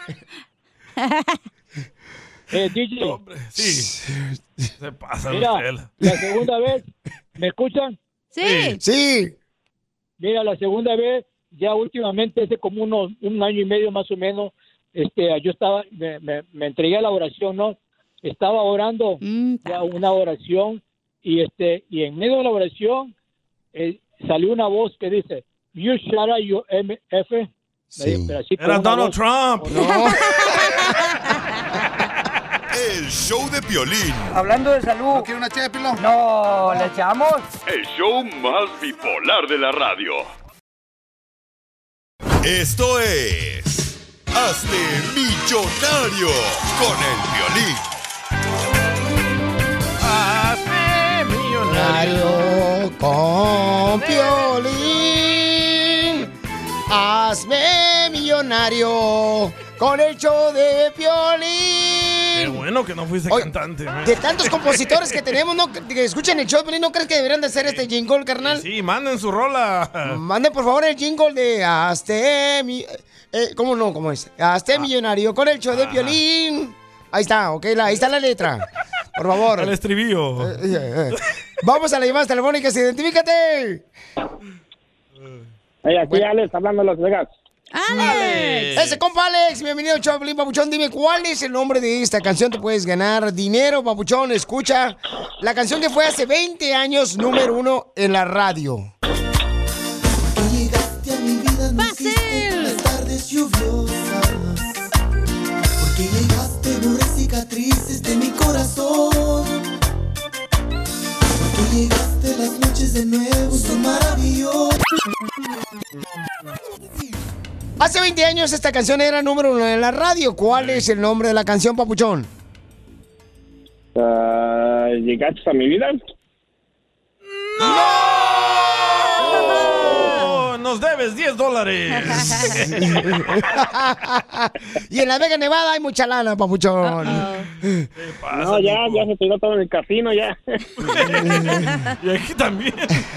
eh, D J. Hombre, sí. Se pasa. Mira, la segunda vez. ¿Me escuchan? Sí. Sí. Mira, la segunda vez, ya últimamente, hace como unos, un año y medio más o menos, este, yo estaba, me, me, me entregué a la oración, ¿no? Estaba orando mm. ya una oración y este y en medio de la oración eh, salió una voz que dice you shut up your M F. Sí. Pero así Era Donald voz. Trump. No. El show de Piolín. Hablando de salud. ¿No quiere una ché de pilón? No, ¿le echamos? El show más bipolar de la radio. Esto es Hazte Millonario con el Piolín. millonario con el show de Piolín. Qué bueno que no fuiste Oye, cantante. ¿eh? De tantos compositores que tenemos, ¿no? Que escuchan el show de Piolín, ¿no crees que deberían de hacer este jingle, carnal? Sí, sí, manden su rola. Manden, por favor, el jingle de Hazte mi... Eh, ¿Cómo no? ¿Cómo es? Hazte ah. millonario con el show de Piolín. Ahí está, ok, la, ahí está la letra. Por favor. El estribillo. Eh, eh, eh. Vamos a las llamadas telefónicas, identifícate. Hey, aquí bueno. Alex, hablando de Las Vegas. ¡Alex! Ese compa Alex, bienvenido, Choplin, papuchón. Dime, ¿cuál es el nombre de esta canción? Te puedes ganar dinero, papuchón. Escucha la canción que fue hace veinte años número uno en la radio. Llegaste a mi vida, ¡Fácil! Las tardes lluviosas. Porque llegaste, borré cicatrices de mi corazón. Porque llegaste, las noches de nuevo son maravillosas. Hace veinte años esta canción era número uno en la radio. ¿Cuál es el nombre de la canción, papuchón? Uh, ¿Llegaste a mi vida? ¡No! ¡No! Nos debes diez dólares. Y en la Vega Nevada hay mucha lana, papuchón. ¿Qué pasa, no, ya, ya se tiró todo en el casino, ya. Y aquí también.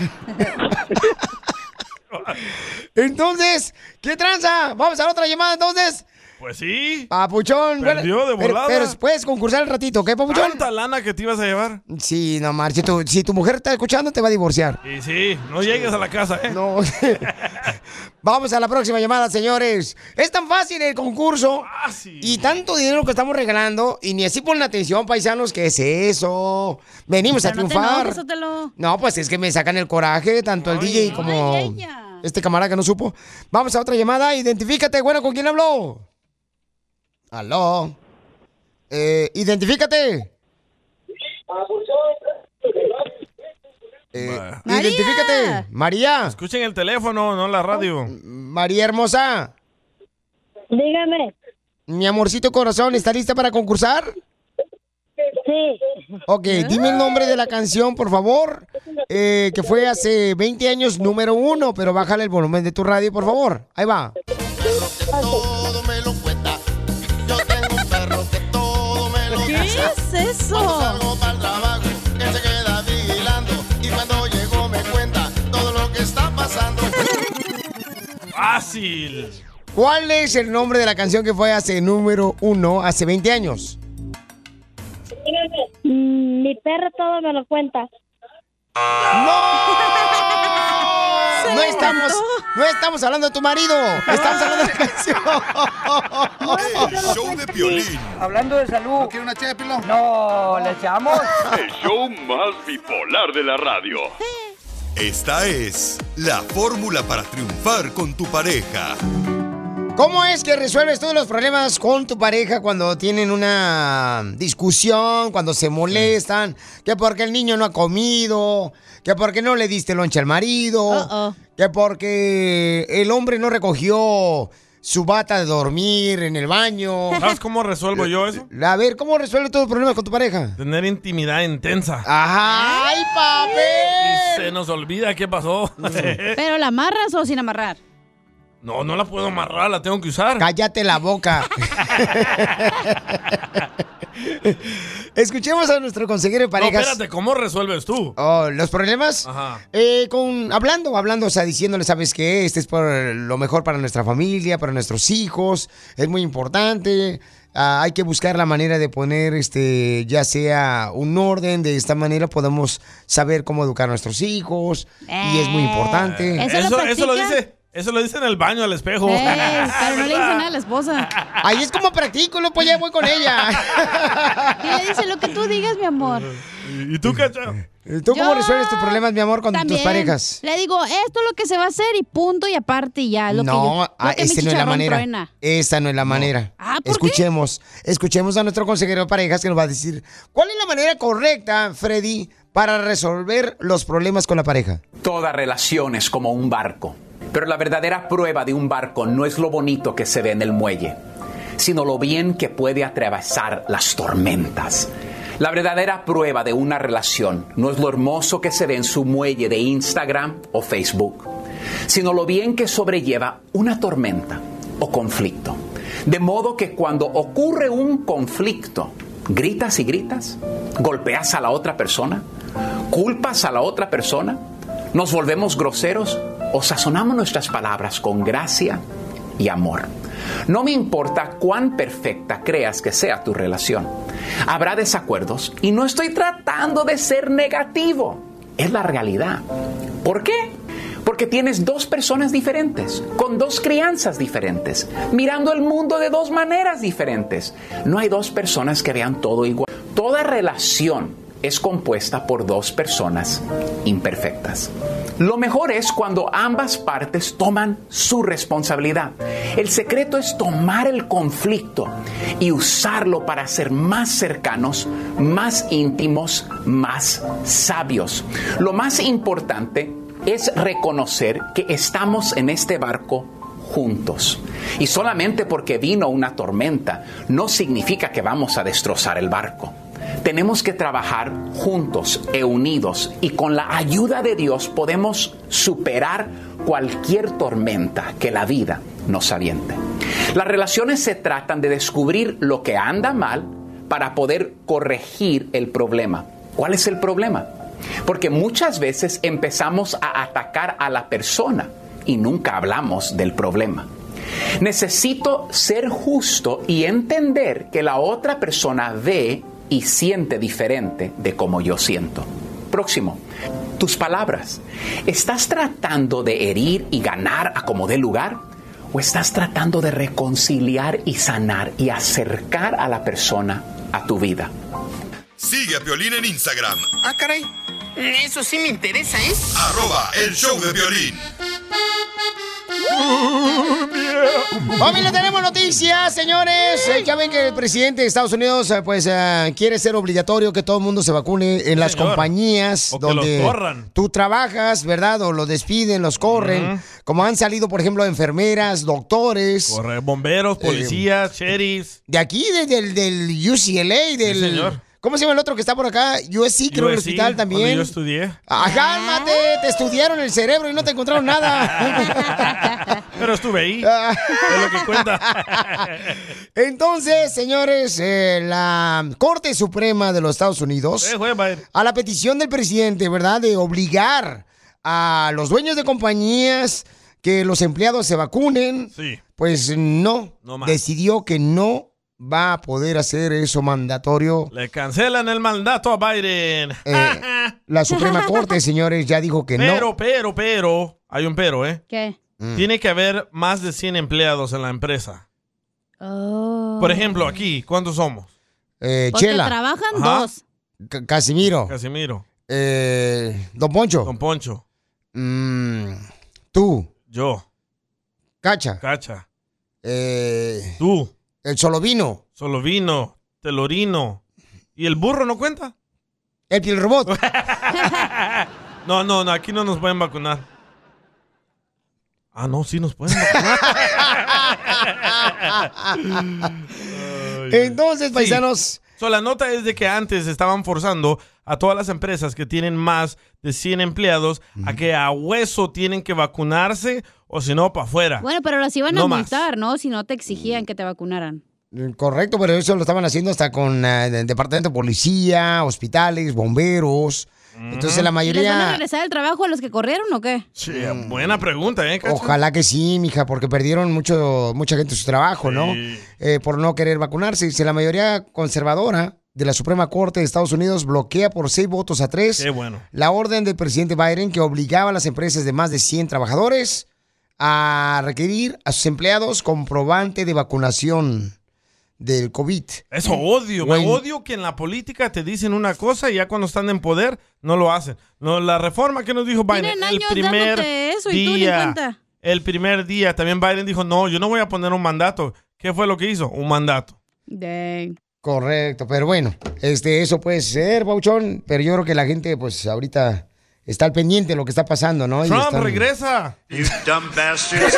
Entonces, ¿qué tranza? Vamos a la otra llamada, entonces. Pues sí. Papuchón. Perdió de volada. Pero, pero puedes concursar el ratito, ¿ok, papuchón? ¿Tanta lana que te ibas a llevar? Sí, no, Mar, si tu, si tu mujer está escuchando, te va a divorciar. Sí, sí, no llegues a la casa, ¿eh? No. Vamos a la próxima llamada, señores. Es tan fácil el concurso. Fácil. Y tanto dinero que estamos regalando. Y ni así ponen atención, paisanos, ¿qué es eso? Venimos pero a triunfar. No, te enojes, no, pues es que me sacan el coraje, tanto el ay, D J como ay, este camarada que no supo. Vamos a otra llamada, identifícate. Bueno, ¿con quién habló? Aló. Eh, identifícate. Eh, María. Identifícate. María. Escuchen el teléfono, no la radio. María hermosa. Dígame. Mi amorcito corazón, ¿está lista para concursar? Sí. Ok, dime el nombre de la canción, por favor. Eh, que fue hace veinte años número uno, pero bájale el volumen de tu radio, por favor. Ahí va. Todo me lo cuenta. Yo tengo un perro que todo me lo ¿Qué dice. es eso? Cuando salgo para el trabajo, él se queda vigilando. Y cuando llego me cuenta todo lo que está pasando. Fácil. ¿Cuál es el nombre de la canción que fue hace número uno, hace veinte años? Mm, mi perro todo me lo cuenta. ¡No! No estamos, no estamos hablando de tu marido. Estamos hablando de la canción. El show de Piolín. Hablando de salud. ¿No quiere una ché de pilón? No, ¿le echamos? El show más bipolar de la radio. Esta es la fórmula para triunfar con tu pareja. ¿Cómo es que resuelves todos los problemas con tu pareja cuando tienen una discusión, cuando se molestan? Que porque el niño no ha comido, que porque no le diste lonche al marido, Uh-oh. que porque el hombre no recogió su bata de dormir en el baño. ¿Sabes cómo resuelvo yo eso? A ver, ¿cómo resuelves todos los problemas con tu pareja? Tener intimidad intensa. ¡Ay, papi! Y se nos olvida qué pasó. ¿Pero la amarras o sin amarrar? No, no la puedo amarrar, la tengo que usar. Cállate la boca. Escuchemos a nuestro consejero de parejas. No, espérate, ¿cómo resuelves tú? Oh, ¿los problemas? Ajá. Eh, con, hablando, hablando, o sea, diciéndole, ¿sabes qué? Este es por lo mejor para nuestra familia, para nuestros hijos. Es muy importante. Uh, hay que buscar la manera de poner, este, ya sea un orden. De esta manera podemos saber cómo educar a nuestros hijos. Eh, y es muy importante. ¿Eso, eso, lo, eso lo dice... Eso lo dice en el baño al espejo. Ey, pero no le dice nada a la esposa. Ahí es como practico, pues ya voy con ella. Y le dice lo que tú digas, mi amor. ¿Y tú, Cacha? ¿Tú cómo Yo resuelves tus problemas, mi amor, con también. tus parejas? Le digo, esto es lo que se va a hacer y punto y aparte y ya. Lo no, que yo, lo ah, que esa no es la manera. Truena. Esa no es la no. manera. Ah, ¿por escuchemos, qué? escuchemos a nuestro consejero de parejas que nos va a decir cuál es la manera correcta, Freddy, para resolver los problemas con la pareja. Toda relación es como un barco. Pero la verdadera prueba de un barco no es lo bonito que se ve en el muelle, sino lo bien que puede atravesar las tormentas. La verdadera prueba de una relación no es lo hermoso que se ve en su muelle de Instagram o Facebook, sino lo bien que sobrelleva una tormenta o conflicto. De modo que cuando ocurre un conflicto, gritas y gritas, golpeas a la otra persona, culpas a la otra persona, nos volvemos groseros o sazonamos nuestras palabras con gracia y amor. No me importa cuán perfecta creas que sea tu relación. Habrá desacuerdos y no estoy tratando de ser negativo. Es la realidad. ¿Por qué? Porque tienes dos personas diferentes, con dos crianzas diferentes, mirando el mundo de dos maneras diferentes. No hay dos personas que vean todo igual. Toda relación es compuesta por dos personas imperfectas. Lo mejor es cuando ambas partes toman su responsabilidad. El secreto es tomar el conflicto y usarlo para ser más cercanos, más íntimos, más sabios. Lo más importante es reconocer que estamos en este barco juntos. Y solamente porque vino una tormenta no significa que vamos a destrozar el barco. Tenemos que trabajar juntos e unidos, y con la ayuda de Dios podemos superar cualquier tormenta que la vida nos aviente. Las relaciones se tratan de descubrir lo que anda mal para poder corregir el problema. ¿Cuál es el problema? Porque muchas veces empezamos a atacar a la persona y nunca hablamos del problema. Necesito ser justo y entender que la otra persona ve y siente diferente de como yo siento. Próximo, tus palabras. ¿Estás tratando de herir y ganar a como dé lugar? ¿O estás tratando de reconciliar y sanar y acercar a la persona a tu vida? Sigue a Piolín en Instagram. Ah, caray. Eso sí me interesa, ¿eh? Arroba el show de Piolín. Familia, tenemos noticias, señores. Eh, ya ven que el presidente de Estados Unidos eh, pues eh, quiere ser obligatorio que todo el mundo se vacune en las Señor. compañías O que donde los corran. tú trabajas, ¿verdad? O los despiden, los corren. Ujú. Como han salido, por ejemplo, enfermeras, doctores. Corre, bomberos, policías, sheriffs. De aquí, de- del, del U C L A, del... señor. ¿Cómo se llama el otro que está por acá? U S C, creo, el U S C, hospital donde también. yo estudié. Ah, cálmate, te estudiaron el cerebro y no te encontraron nada. Pero estuve ahí. Es lo que cuenta. Entonces, señores, eh, la Corte Suprema de los Estados Unidos, Eh, güey, va a ir. a la petición del presidente, ¿verdad?, de obligar a los dueños de compañías que los empleados se vacunen, Sí. pues no, No más. decidió que no va a poder hacer eso mandatorio. Le cancelan el mandato a Biden. Eh, la Suprema Corte, señores, ya dijo que Pero, no. pero, pero, hay un pero, ¿eh? ¿Qué? Mm. Tiene que haber más de cien empleados en la empresa. Oh. Por ejemplo, aquí, ¿cuántos somos? Eh, Porque Chela, trabajan Ajá. dos. C- Casimiro, Casimiro, eh, Don Poncho, Don Poncho, mm, tú, yo, Cacha, Cacha, eh, tú, el Solovino, Solovino, Telorino. ¿Y el burro no cuenta? el Piel Robot. No, no, no, aquí no nos pueden vacunar. Ah, no, sí nos pueden vacunar. Entonces, Sí. paisanos, So, la nota es de que antes estaban forzando a todas las empresas que tienen más de cien empleados a que a hueso tienen que vacunarse o si no, para afuera. Bueno, pero los iban a No más. multar, ¿no? Si no te exigían que te vacunaran. correcto, pero eso lo estaban haciendo hasta con eh, el departamento de policía, hospitales, bomberos. Entonces la ¿Y les van a mayoría, regresar el trabajo a los que corrieron o qué? Sí, buena pregunta, ¿eh, Cacha? ojalá que sí, mija, porque perdieron mucho, mucha gente su trabajo, ¿no? Eh, por no querer vacunarse. Si la mayoría conservadora de la Suprema Corte de Estados Unidos bloquea por seis votos a tres Qué bueno. la orden del presidente Biden que obligaba a las empresas de más de cien trabajadores a requerir a sus empleados comprobante de vacunación del COVID. Eso odio, me Bueno. odio que en la política te dicen una cosa y ya cuando están en poder no lo hacen. No, la reforma que nos dijo Biden, Tienen el años primer dándote eso y tú ni día, cuenta. el primer día también Biden dijo, no, yo no voy a poner un mandato. ¿Qué fue lo que hizo? Un mandato. Dang. Correcto, pero bueno, este, eso puede ser, Bauchón, pero yo creo que la gente, pues, ahorita está al pendiente de lo que está pasando, ¿no? Y Trump, están- regresa. You dumb bastards.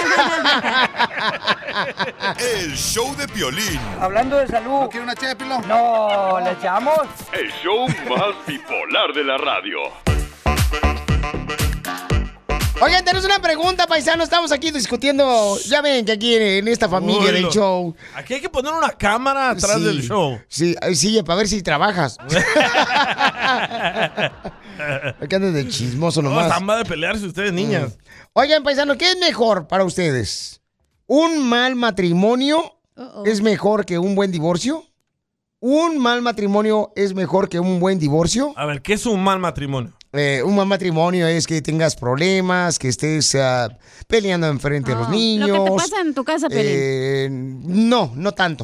El show de Piolín. Hablando de salud. ¿No quiere una ché de pilón? No, ¿le echamos? El show más bipolar de la radio. Oigan, tenemos una pregunta, paisano. Estamos aquí discutiendo. Ya ven que aquí en esta familia Uy, del lo- show. Aquí hay que poner una cámara atrás Sí, del show. Sí, ay, sí, para ver si trabajas. Que andas de chismoso No, nomás. están mal de pelearse ustedes, niñas. Oigan, paisano, ¿qué es mejor para ustedes? ¿Un mal matrimonio es mejor que un buen divorcio? ¿Un mal matrimonio es mejor que un buen divorcio? A ver, ¿qué es un mal matrimonio? Eh, un mal matrimonio es que tengas problemas, que estés ah, peleando enfrente de los niños. Lo que te pasa en tu casa, Pelín. Eh, no, no tanto.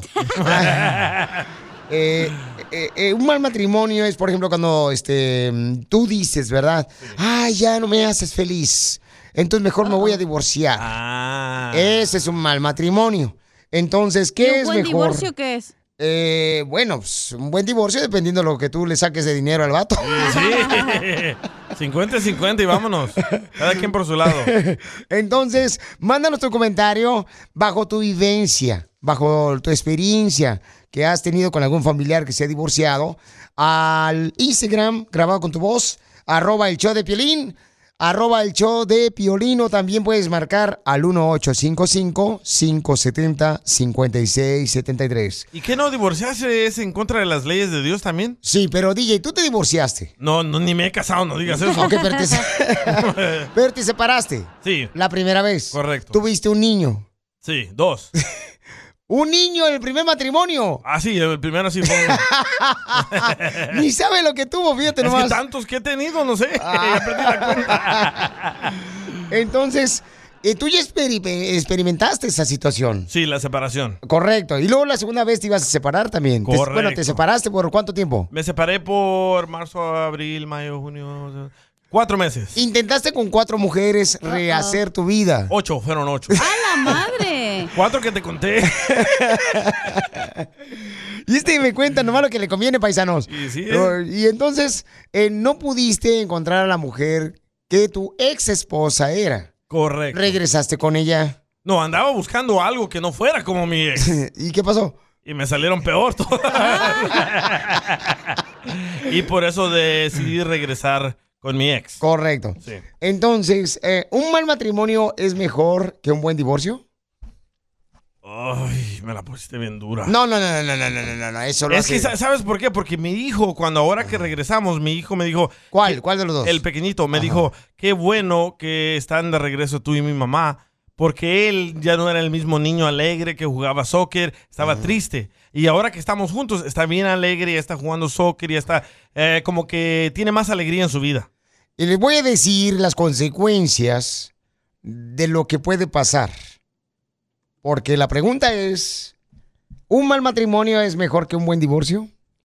Eh, eh, eh, un mal matrimonio es, por ejemplo, cuando este, tú dices, ¿verdad? Ay, ya no me haces feliz. Entonces mejor me voy a divorciar. Ese es un mal matrimonio. Entonces, ¿Y ¿qué un es buen mejor? divorcio qué es? Eh, bueno, pues, un buen divorcio dependiendo de lo que tú le saques de dinero al vato. Sí. cincuenta cincuenta y vámonos. Cada quien por su lado. Entonces, mándanos tu comentario bajo tu vivencia, bajo tu experiencia que has tenido con algún familiar que se ha divorciado, al Instagram grabado con tu voz, arroba el show de Piolín, arroba el show de Piolino. También puedes marcar al uno ocho cinco cinco, cinco siete cero, cinco seis siete tres. ¿Y qué no divorciarse es en contra de las leyes de Dios también? Sí, pero D J, tú te divorciaste. No, no, ni me he casado, no digas eso. Ok, pero te, pero te separaste. Sí. La primera vez. Correcto. Tuviste un niño. Sí, dos. Un niño en el primer matrimonio. Ah, sí, el primero sí fue. Ni sabe lo que tuvo, fíjate Es nomás. que tantos que he tenido, no sé. Ya perdí la cuenta. Entonces, eh, tú ya experi- experimentaste esa situación. Sí, la separación. Correcto. Y luego la segunda vez te ibas a separar también. Te- Correcto. bueno, ¿te separaste por cuánto tiempo? Me separé por marzo, abril, mayo, junio. Cuatro meses. Intentaste con cuatro mujeres rehacer tu vida. Ocho, fueron ocho. ¡A la madre! Cuatro que te conté. Y este me cuenta nomás lo que le conviene, paisanos. Y sí, Uh, Y entonces, eh, no pudiste encontrar a la mujer que tu ex esposa era. Correcto. Regresaste con ella. No, andaba buscando algo que no fuera como mi ex. ¿Y qué pasó? Y me salieron peor todo. Y por eso decidí regresar con mi ex. Correcto. Sí. Entonces, eh, ¿un mal matrimonio es mejor que un buen divorcio? Ay, me la pusiste bien dura. No, no, no, no, no, no, no, no, no, eso lo Es hace- que, sa- ¿sabes por qué? Porque mi hijo, cuando ahora que regresamos, mi hijo me dijo... ¿Cuál? ¿Cuál de los dos? El pequeñito me dijo, qué bueno que están de regreso tú y mi mamá, porque él ya no era el mismo niño alegre que jugaba soccer, estaba triste. Y ahora que estamos juntos, está bien alegre, ya está jugando soccer, ya está eh, como que tiene más alegría en su vida. Y les voy a decir las consecuencias de lo que puede pasar. Porque la pregunta es, ¿un mal matrimonio es mejor que un buen divorcio?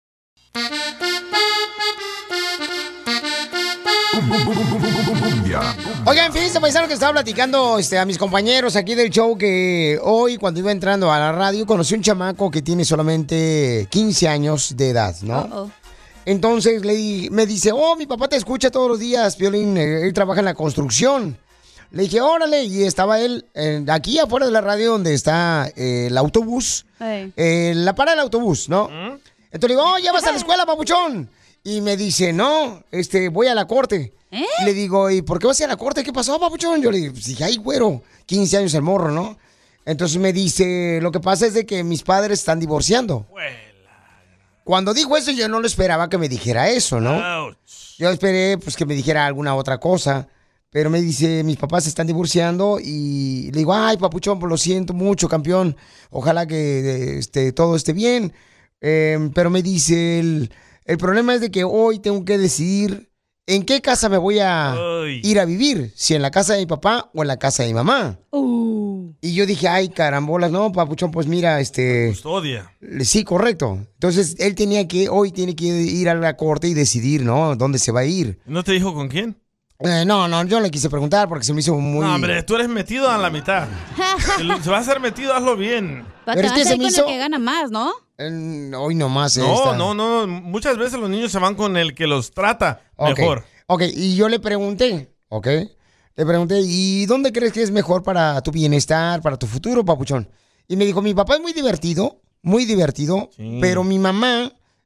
Oigan, fíjense, paisano, que estaba platicando este, a mis compañeros aquí del show que hoy, cuando iba entrando a la radio, conocí un chamaco que tiene solamente quince años de edad, ¿no? Uh-oh. Entonces le di- me dice, oh, mi papá te escucha todos los días, Piolín, eh, él trabaja en la construcción. Le dije, órale, y estaba él eh, aquí afuera de la radio donde está eh, el autobús, Hey. eh, la parada del autobús, ¿no? Entonces le digo, oh, ¿ya vas a la escuela, papuchón? Y me dice, no, este, voy a la corte. ¿Eh? Le digo, ¿y por qué vas a la corte? ¿Qué pasó, papuchón? Yo le digo, pues dije, ay, güero, quince años el morro, ¿no? Entonces me dice, lo que pasa es de que mis padres están divorciando. Cuando dijo eso, yo no lo esperaba que me dijera eso, ¿no? Ouch. Yo esperé, pues, que me dijera alguna otra cosa. Pero me dice, mis papás se están divorciando y le digo, ay, papuchón, pues lo siento mucho, campeón. Ojalá que este, todo esté bien. Eh, pero me dice, el, el problema es de que hoy tengo que decidir en qué casa me voy a Ay. ir a vivir. Si en la casa de mi papá o en la casa de mi mamá. Uh. Y yo dije, ay, carambolas, no, papuchón, pues mira, este... Custodia. Sí, correcto. Entonces, él tenía que, hoy tiene que ir a la corte y decidir, ¿no? ¿Dónde se va a ir? ¿No te dijo con quién? Eh, no, no, yo le quise preguntar porque se me hizo muy... No, hombre, tú eres metido a la mitad. Si lo- si vas a ser metido, hazlo bien. Pero Pero es que se me con hizo- el que gana más, ¿no? Eh, hoy nomás No, esta. no, no. Muchas veces los niños se van con el que los trata Ok, mejor. Ok, y yo le pregunté, ¿ok? Le pregunté, ¿y dónde crees que es mejor para tu bienestar, para tu futuro, papuchón? Y me dijo, mi papá es muy divertido, muy divertido, Sí. pero mi mamá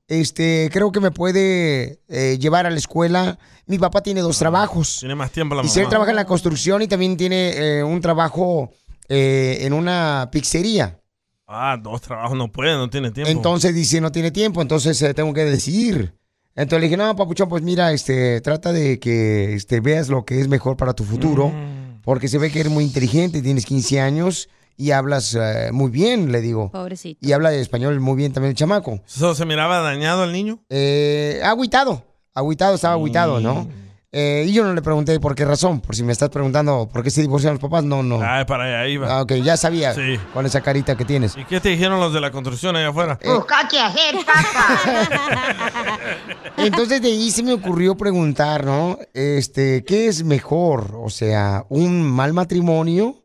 este, creo que me puede eh, llevar a la escuela. Mi papá tiene dos trabajos. Tiene más tiempo la Y mamá. si él trabaja en la construcción y también tiene eh, un trabajo eh, en una pizzería. Ah, dos trabajos no puede, no tiene tiempo. Entonces dice, no tiene tiempo, entonces eh, tengo que decidir. Entonces le dije, no, papuchón, pues mira, este, trata de que este, veas lo que es mejor para tu futuro, Mm. porque se ve que eres muy inteligente, tienes quince años y hablas eh, muy bien, le digo. Pobrecito. Y habla español muy bien también el chamaco. ¿Eso se miraba dañado al niño? Eh, agüitado, agüitado, estaba agüitado, ¿no? Eh, y yo no le pregunté por qué razón, por si me estás preguntando por qué se divorciaron los papás, no, no. Ah, para allá iba. Ah, ok, ya sabía Sí. con esa carita que tienes. ¿Y qué te dijeron los de la construcción allá afuera? Busca qué hacer, papá. Entonces de ahí se me ocurrió preguntar, ¿no? Este, ¿qué es mejor? O sea, ¿un mal matrimonio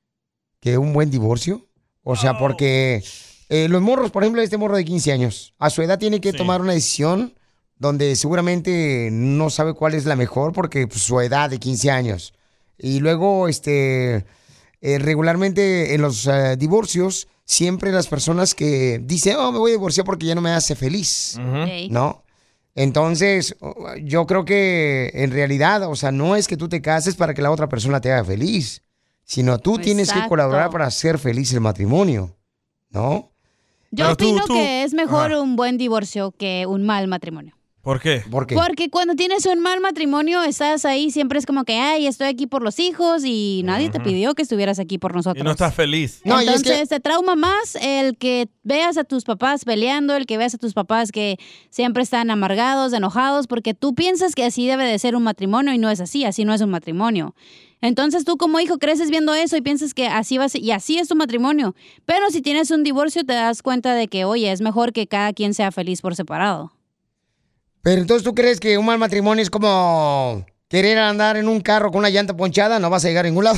que un buen divorcio? O sea, porque eh, los morros, por ejemplo, este morro de quince años, a su edad tiene que tomar una decisión donde seguramente no sabe cuál es la mejor porque pues, su edad de quince años. Y luego, este, eh, regularmente en los uh, divorcios, siempre las personas que dicen, oh, me voy a divorciar porque ya no me hace feliz, Ey. ¿no? Entonces, yo creo que en realidad, o sea, no es que tú te cases para que la otra persona te haga feliz, sino tú tienes que Exacto. colaborar para hacer feliz el matrimonio, ¿no? Yo Pero tú- opino tú- que es mejor Ajá. un buen divorcio que un mal matrimonio. ¿Por qué? ¿Por qué? Porque cuando tienes un mal matrimonio, estás ahí, siempre es como que, ay, estoy aquí por los hijos y nadie te pidió que estuvieras aquí por nosotros. Y no estás feliz. No, y es Entonces que- te trauma más el que veas a tus papás peleando, el que veas a tus papás que siempre están amargados, enojados, porque tú piensas que así debe de ser un matrimonio y no es así, así no es un matrimonio. Entonces tú como hijo creces viendo eso y piensas que así va a ser, y así es tu matrimonio. Pero si tienes un divorcio te das cuenta de que, oye, es mejor que cada quien sea feliz por separado. Pero entonces tú crees que un mal matrimonio es como querer andar en un carro con una llanta ponchada, no vas a llegar a ningún lado.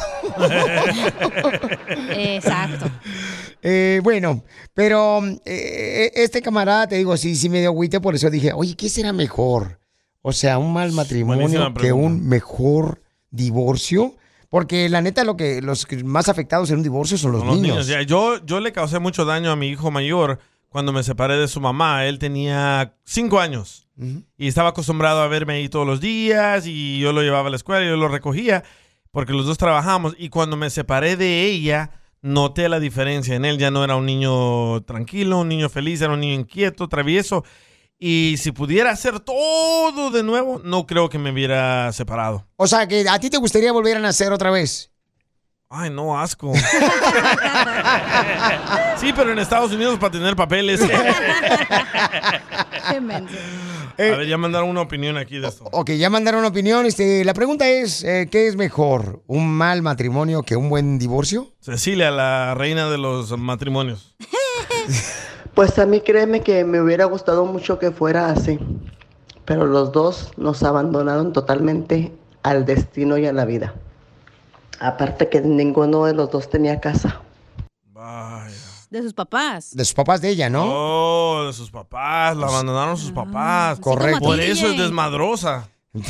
Exacto. Eh, bueno, pero eh, este camarada, te digo, sí, sí me dio agüite, por eso dije, oye, ¿qué será mejor? O sea, un mal matrimonio Buenísima que pregunta. un mejor divorcio. Porque la neta, lo que los que más afectados en un divorcio son los Con los niños. niños. Ya, yo, yo le causé mucho daño a mi hijo mayor cuando me separé de su mamá. Él tenía cinco años y estaba acostumbrado a verme ahí todos los días y yo lo llevaba a la escuela y yo lo recogía porque los dos trabajamos. Y cuando me separé de ella, noté la diferencia en él. Ya no era un niño tranquilo, un niño feliz, era un niño inquieto, travieso. Y si pudiera hacer todo de nuevo, no creo que me hubiera separado. O sea, que a ti te gustaría volver a nacer otra vez. Ay, no, asco. Sí, pero en Estados Unidos para tener papeles. A ver, ya mandaron una opinión aquí de esto. Ok, ya mandaron una opinión. Este, la pregunta es, eh, ¿qué es mejor? ¿Un mal matrimonio que un buen divorcio? Cecilia, la reina de los matrimonios. Pues a mí créeme que me hubiera gustado mucho que fuera así, pero los dos nos abandonaron totalmente al destino y a la vida. Aparte que ninguno de los dos tenía casa. De sus papás. De sus papás de ella, ¿no? Oh, de sus papás, la abandonaron sus papás. Correcto. Por como a ti, eso es D J. desmadrosa. Él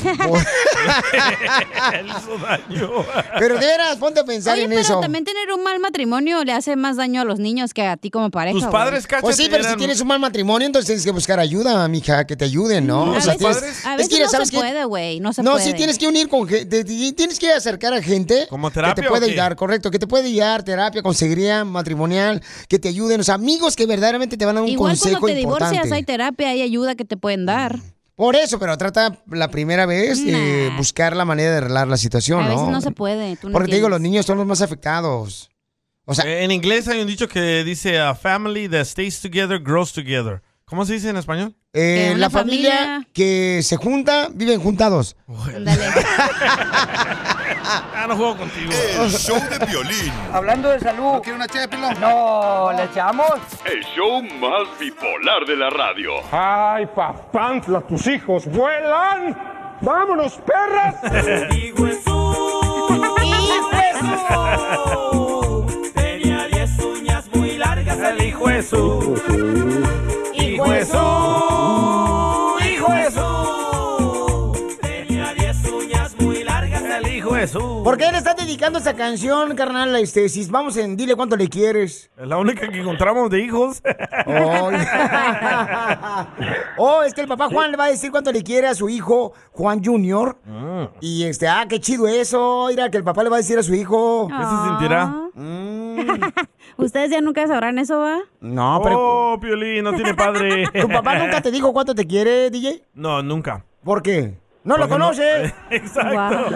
hizo daño. Pero de veras, ponte a pensar Oye, en pero eso. también tener un mal matrimonio le hace más daño a los niños que a ti como pareja. Tus güey. padres, cállate, Pues sí, pero si eran- tienes un mal matrimonio, entonces tienes que buscar ayuda, mija, que te ayuden, ¿no? A O sea, veces, tienes- a es veces que ya no sabes se que- puede, güey. No se No, puede. sí tienes que unir con gente, tienes que acercar a gente ¿Como que terapia te o puede qué? ayudar, correcto, que te puede ayudar, terapia, consejería matrimonial, que te ayuden, o sea, amigos que verdaderamente te van a dar un Igual consejo cuando te importante. divorcias hay terapia, hay ayuda que te pueden dar. Por eso, pero trata la primera vez de Nah. buscar la manera de arreglar la situación, A ¿no? veces no se puede. Tú no Porque te digo, los entiendes. niños son los más afectados. O sea, Eh, en inglés hay un dicho que dice a family that stays together grows together. ¿Cómo se dice en español? eh, que una la familia, familia- que se junta, viven juntados. Ándale. Ah, no juego contigo. El show de Piolín. Hablando de salud. ¿No quiere una ché de pilón? No, ¿le echamos? El show más bipolar de la radio. Ay, papantla, tus hijos vuelan. ¡Vámonos, perras! Hijo Jesús, tenía diez uñas muy largas el hijo Jesús. Hijo Jesús, hijo Jesús, tenía diez uñas muy largas el hijo Jesús. ¿Por qué le estás dedicando esta canción, carnal? Este, si vamos en Dile Cuánto Le Quieres. Es la única que encontramos de hijos. Oh, oh, es que el papá Juan le va a decir cuánto le quiere a su hijo, Juan junior Mm. Y este, ah, qué chido eso. Mira, que el papá le va a decir a su hijo. ¿Qué se sentirá? Mm. ¿Ustedes ya nunca sabrán eso, va? No, pero... Oh, Piolín, no tiene padre. ¿Tu papá nunca te dijo cuánto te quiere, D J? No, nunca. ¿Por qué? No lo Porque no- conoce. Exacto.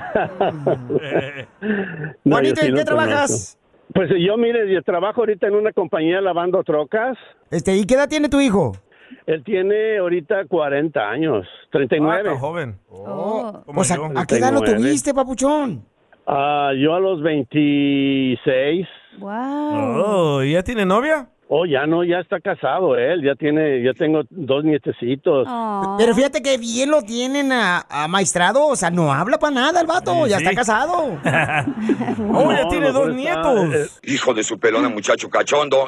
No, Juanito, yo sí ¿en qué lo trabajas? conozco. Pues yo, mire, yo trabajo ahorita en una compañía lavando trocas. Este, ¿y qué edad tiene tu hijo? Él tiene ahorita cuarenta años, treinta y nueve. Ah, está joven. Oh. Como O sea, yo. ¿a qué edad lo treinta y nueve. tuviste, papuchón? Ah, yo a los veintiséis. Wow. Oh, ¿y ya tiene novia? Oh, ya no, ya está casado él, ya tiene, ya tengo dos nietecitos. Pero fíjate que bien lo tienen a, amaestrado, o sea, no habla para nada el vato, Sí, ya sí. está casado. Oh, ya tiene no, dos pero nietos. está- Hijo de su pelona, muchacho cachondo.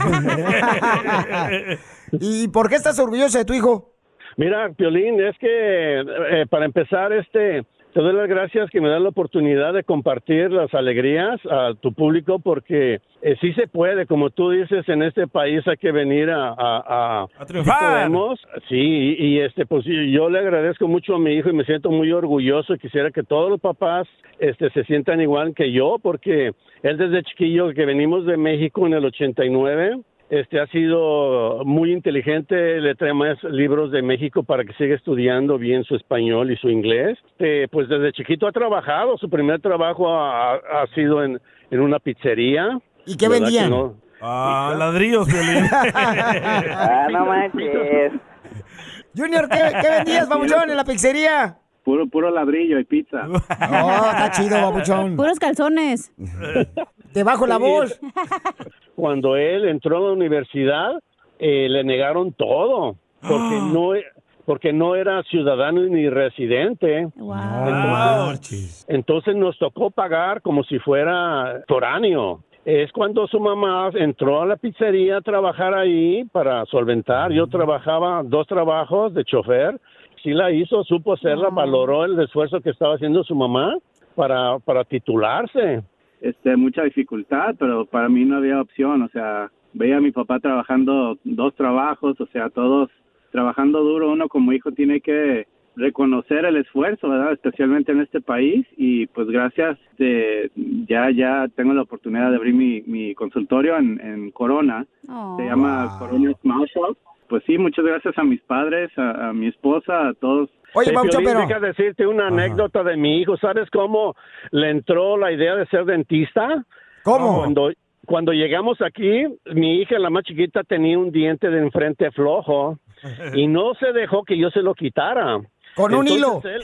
¿Y por qué estás orgulloso de tu hijo? Mira, Piolín, es que eh, para empezar, este, te doy las gracias que me das la oportunidad de compartir las alegrías a tu público porque eh, sí se puede, como tú dices, en este país hay que venir a... A, A triunfar. sí podemos, sí, y, y, este, pues sí, yo le agradezco mucho a mi hijo y me siento muy orgulloso y quisiera que todos los papás este, se sientan igual que yo porque él desde chiquillo que venimos de México en el ochenta y nueve... Este ha sido muy inteligente, le trae más libros de México para que siga estudiando bien su español y su inglés. Eh, pues desde chiquito ha trabajado, su primer trabajo ha, ha sido en, en una pizzería. ¿Y qué ¿Verdad vendían? que no? Ah, ladrillos, Piolín. Ah, no manches. Junior, ¿qué, qué vendías, papuchón, en la pizzería? Puro, puro ladrillo y pizza. Oh, está chido, papuchón. Puros calzones. Te bajo la Sí, voz. Cuando él entró a la universidad, eh, le negaron todo, porque no porque no era ciudadano ni residente. Entonces, entonces nos tocó pagar como si fuera foráneo. Es cuando su mamá entró a la pizzería a trabajar ahí para solventar. Yo trabajaba dos trabajos de chofer. Sí la hizo, supo hacerla, valoró el esfuerzo que estaba haciendo su mamá para, para titularse. Este, mucha dificultad, pero para mí no había opción. O sea, veía a mi papá trabajando dos trabajos, o sea, todos trabajando duro. Uno como hijo tiene que reconocer el esfuerzo, ¿verdad? Especialmente en este país. Y pues gracias, de, ya ya tengo la oportunidad de abrir mi, mi consultorio en, en Corona. Oh. Se llama Corona Smile Shop. Pues sí, muchas gracias a mis padres, a, a mi esposa, a todos. Oye, Piolín, deja decirte una anécdota de mi hijo. ¿Sabes cómo le entró la idea de ser dentista? ¿Cómo? Cuando, cuando llegamos aquí, mi hija, la más chiquita, tenía un diente de enfrente flojo y no se dejó que yo se lo quitara. Con un hilo. Él-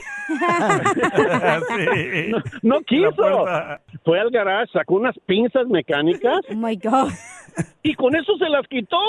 no, no quiso. Fue al garage, sacó unas pinzas mecánicas. Oh my God. Y con eso se las quitó.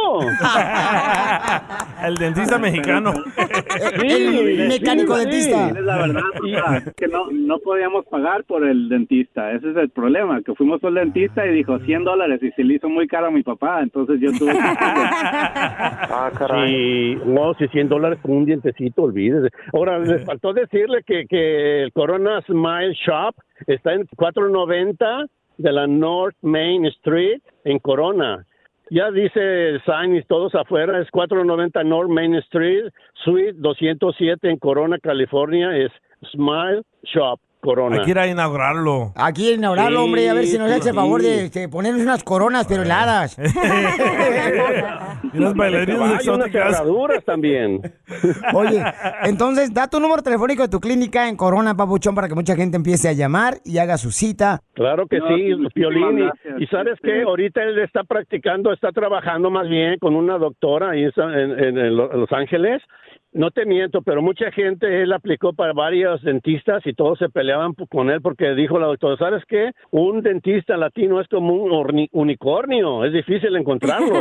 El dentista mexicano. El mecánico sí, dentista. sí, es la verdad, o sea, que no, no podíamos pagar por el dentista. Ese es el problema, que fuimos al dentista y dijo cien dólares y se le hizo muy caro a mi papá. Entonces yo tuve que... Ah, caray. Sí, no, si cien dólares por un dientecito, olvídese. Ahora, les faltó decirle que, que el Corona Smile Shop está en cuatrocientos noventa de la North Main Street en Corona. Ya dice el sign y todos afuera, es cuatrocientos noventa North Main Street, Suite doscientos siete en Corona, California, es Smile Shop, Corona. Hay que ir a inaugurarlo. Aquí inaugurarlo, Sí, hombre, a ver si nos hace el sí. favor de este, ponernos unas coronas, pero heladas. Y unas bailarinas Hay unas exóticas. cerraduras también. Oye, entonces, da tu número telefónico de tu clínica en Corona, papuchón, para que mucha gente empiece a llamar y haga su cita. Claro que No, sí, sí, muchísimas Piolín. Y, gracias. y ¿sabes Este- qué? Ahorita él está practicando, está trabajando más bien con una doctora ahí en, en- en- en Los Ángeles. No te miento, pero mucha gente, él aplicó para varios dentistas y todos se peleaban p- con él porque dijo la doctora, ¿sabes qué? Un dentista latino es como un orni- unicornio, es difícil encontrarlos.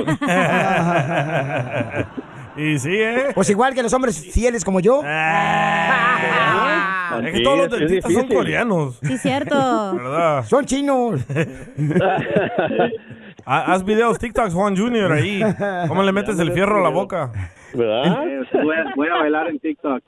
Y sí, ¿eh? Pues igual que los hombres fieles como yo. Ah, es que todos los Sí, es- es dentistas son difícil. coreanos. Sí, cierto. ¿Verdad? Son chinos. Ha- Haz videos TikToks, Juan junior ahí. ¿Cómo le metes el fierro a la boca? ¿verdad? Eh, voy, a, voy a bailar en TikTok.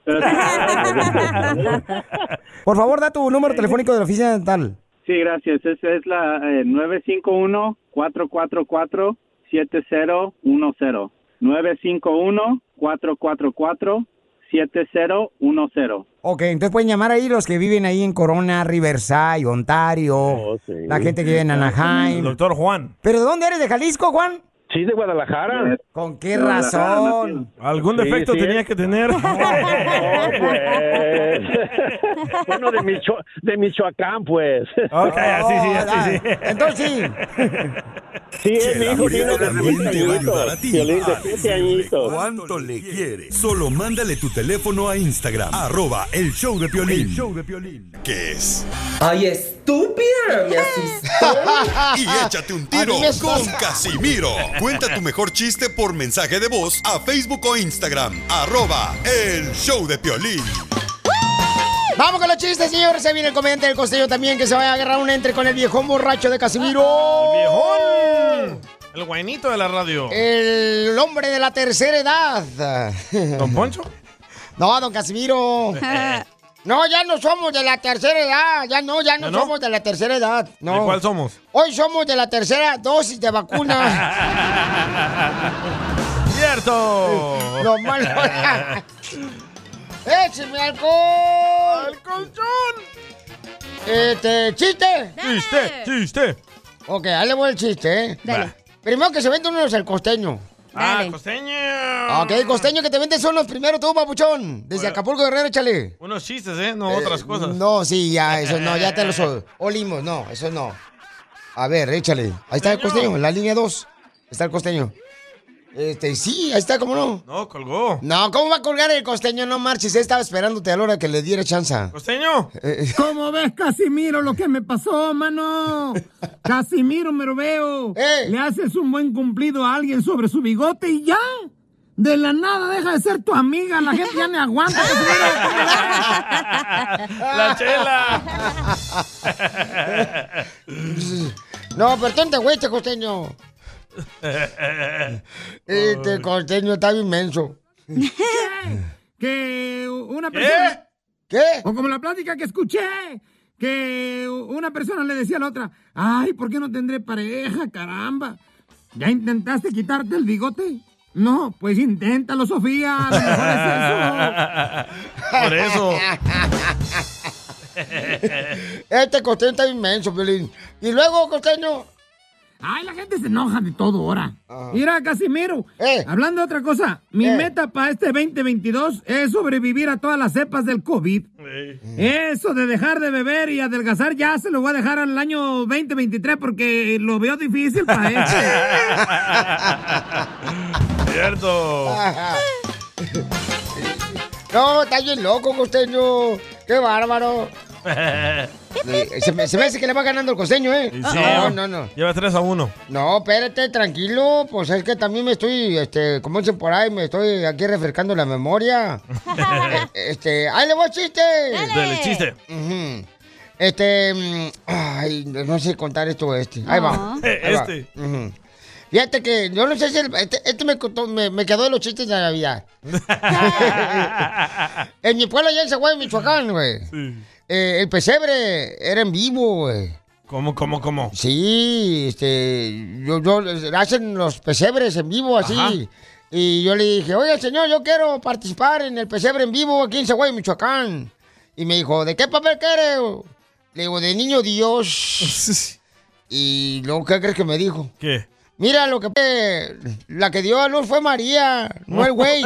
Por favor, da tu número telefónico de la oficina dental. Sí, gracias. Esa es la eh, nueve cinco uno, cuatro cuatro cuatro, siete cero uno cero. nueve cinco uno, cuatro cuatro cuatro, siete cero uno cero. Ok, entonces pueden llamar ahí los que viven ahí en Corona, Riverside, Ontario, oh, sí. La gente que vive en Anaheim. Doctor Juan. ¿Pero de dónde eres? ¿De Jalisco, Juan? Sí, de Guadalajara. ¿Con qué razón? ¿Algún defecto sí, sí. tenías que tener? No, pues. Bueno, de, Micho de Michoacán, pues. Ok, así sí, así sí. Entonces sí. Sí, es mi hijo tiene de siete añitos. ¿Cuánto le quieres? Solo mándale tu teléfono a Instagram, arroba el show de Piolín. El show de Piolín. ¿Qué es? ¡Ay, estúpida! Me asustó. Y échate un tiro con Casimiro. Cuenta tu mejor chiste por mensaje de voz a Facebook o Instagram, arroba el show de Piolín. Vamos con los chistes, señores. Se viene el comediante del Costeño también, que se vaya a agarrar un entre con el viejón borracho de Casimiro. ¡El viejón! El guainito de la radio. El hombre de la tercera edad. ¿Don Poncho? No, don Casimiro. No, ya no somos de la tercera edad. Ya no, ya no, ¿Ya no? somos de la tercera edad. No. ¿De cuál somos? Hoy somos de la tercera dosis de vacuna. ¡Cierto! Lo malo. ¡Écheme alcohol! ¡Al colchón! Este, ¿chiste? ¡Chiste, chiste! Ok, ahí le voy el chiste, ¿eh? Dale. Primero que se vende uno es el costeño. ¡Ah, costeño! Ok, costeño, que te vendes son los primeros tú, papuchón. Desde bueno, Acapulco, Guerrero, échale. Unos chistes, ¿eh? No, eh, otras cosas. No, sí, ya, eso no, ya te los olimos. No, eso no. A ver, échale. Ahí está el costeño, en la línea dos. Está el costeño. Este, sí, ahí está, ¿cómo no? No, colgó. No, ¿cómo va a colgar el costeño? No marches, él estaba esperándote a la hora que le diera chance. ¿Costeño? Eh, ¿Cómo ves, Casimiro, lo que me pasó, mano? Casimiro, me lo veo. Eh. Le haces un buen cumplido a alguien sobre su bigote y ya. De la nada deja de ser tu amiga, la gente ya me aguanta. ¡La chela! No, pero tú te güeyes, costeño. Este costeño está inmenso. ¿Qué? Que una persona... ¿Qué? ¿Qué? O como la plática que escuché, que una persona le decía a la otra, ay, ¿por qué no tendré pareja, caramba? ¿Ya intentaste quitarte el bigote? No, pues inténtalo, Sofía, a lo mejor es eso. Por eso. Este costeño está inmenso, Piolín. Y luego, costeño... Ay, la gente se enoja de todo ahora. Uh-huh. Mira, Casimiro, eh. hablando de otra cosa, mi eh. meta para este veinte veintidós es sobrevivir a todas las cepas del COVID. Eh. Eso de dejar de beber y adelgazar ya se lo voy a dejar al año veinte veintitrés porque lo veo difícil para eso. Cierto. No, está bien loco, costeño. Qué bárbaro. Se me, se me hace que le va ganando el costeño, ¿eh? Sí, no, no, no. Lleva tres a uno. No, espérate, tranquilo. Pues es que también me estoy, este, como dicen por ahí, me estoy aquí refrescando la memoria. este, ¡ahí le voy chiste! Dale, Dale chiste. Uh-huh. Este, ay, no sé contar esto este. Ahí va. Ahí este. Va. Uh-huh. Fíjate que yo no sé si el, este, este me, me, me quedó de los chistes de Navidad. En mi pueblo allá en Zaguay, Michoacán, güey. Sí. Eh, el pesebre era en vivo, güey. ¿Cómo, cómo, cómo? Sí, este, yo, yo, hacen los pesebres en vivo así. Ajá. Y yo le dije, oye, señor, yo quiero participar en el pesebre en vivo aquí en Zaguay, Michoacán. Y me dijo, ¿de qué papel quiere? Le digo, de niño Dios. Y luego, ¿qué crees que me dijo? ¿Qué? Mira, lo que... La que dio a luz fue María, no el güey.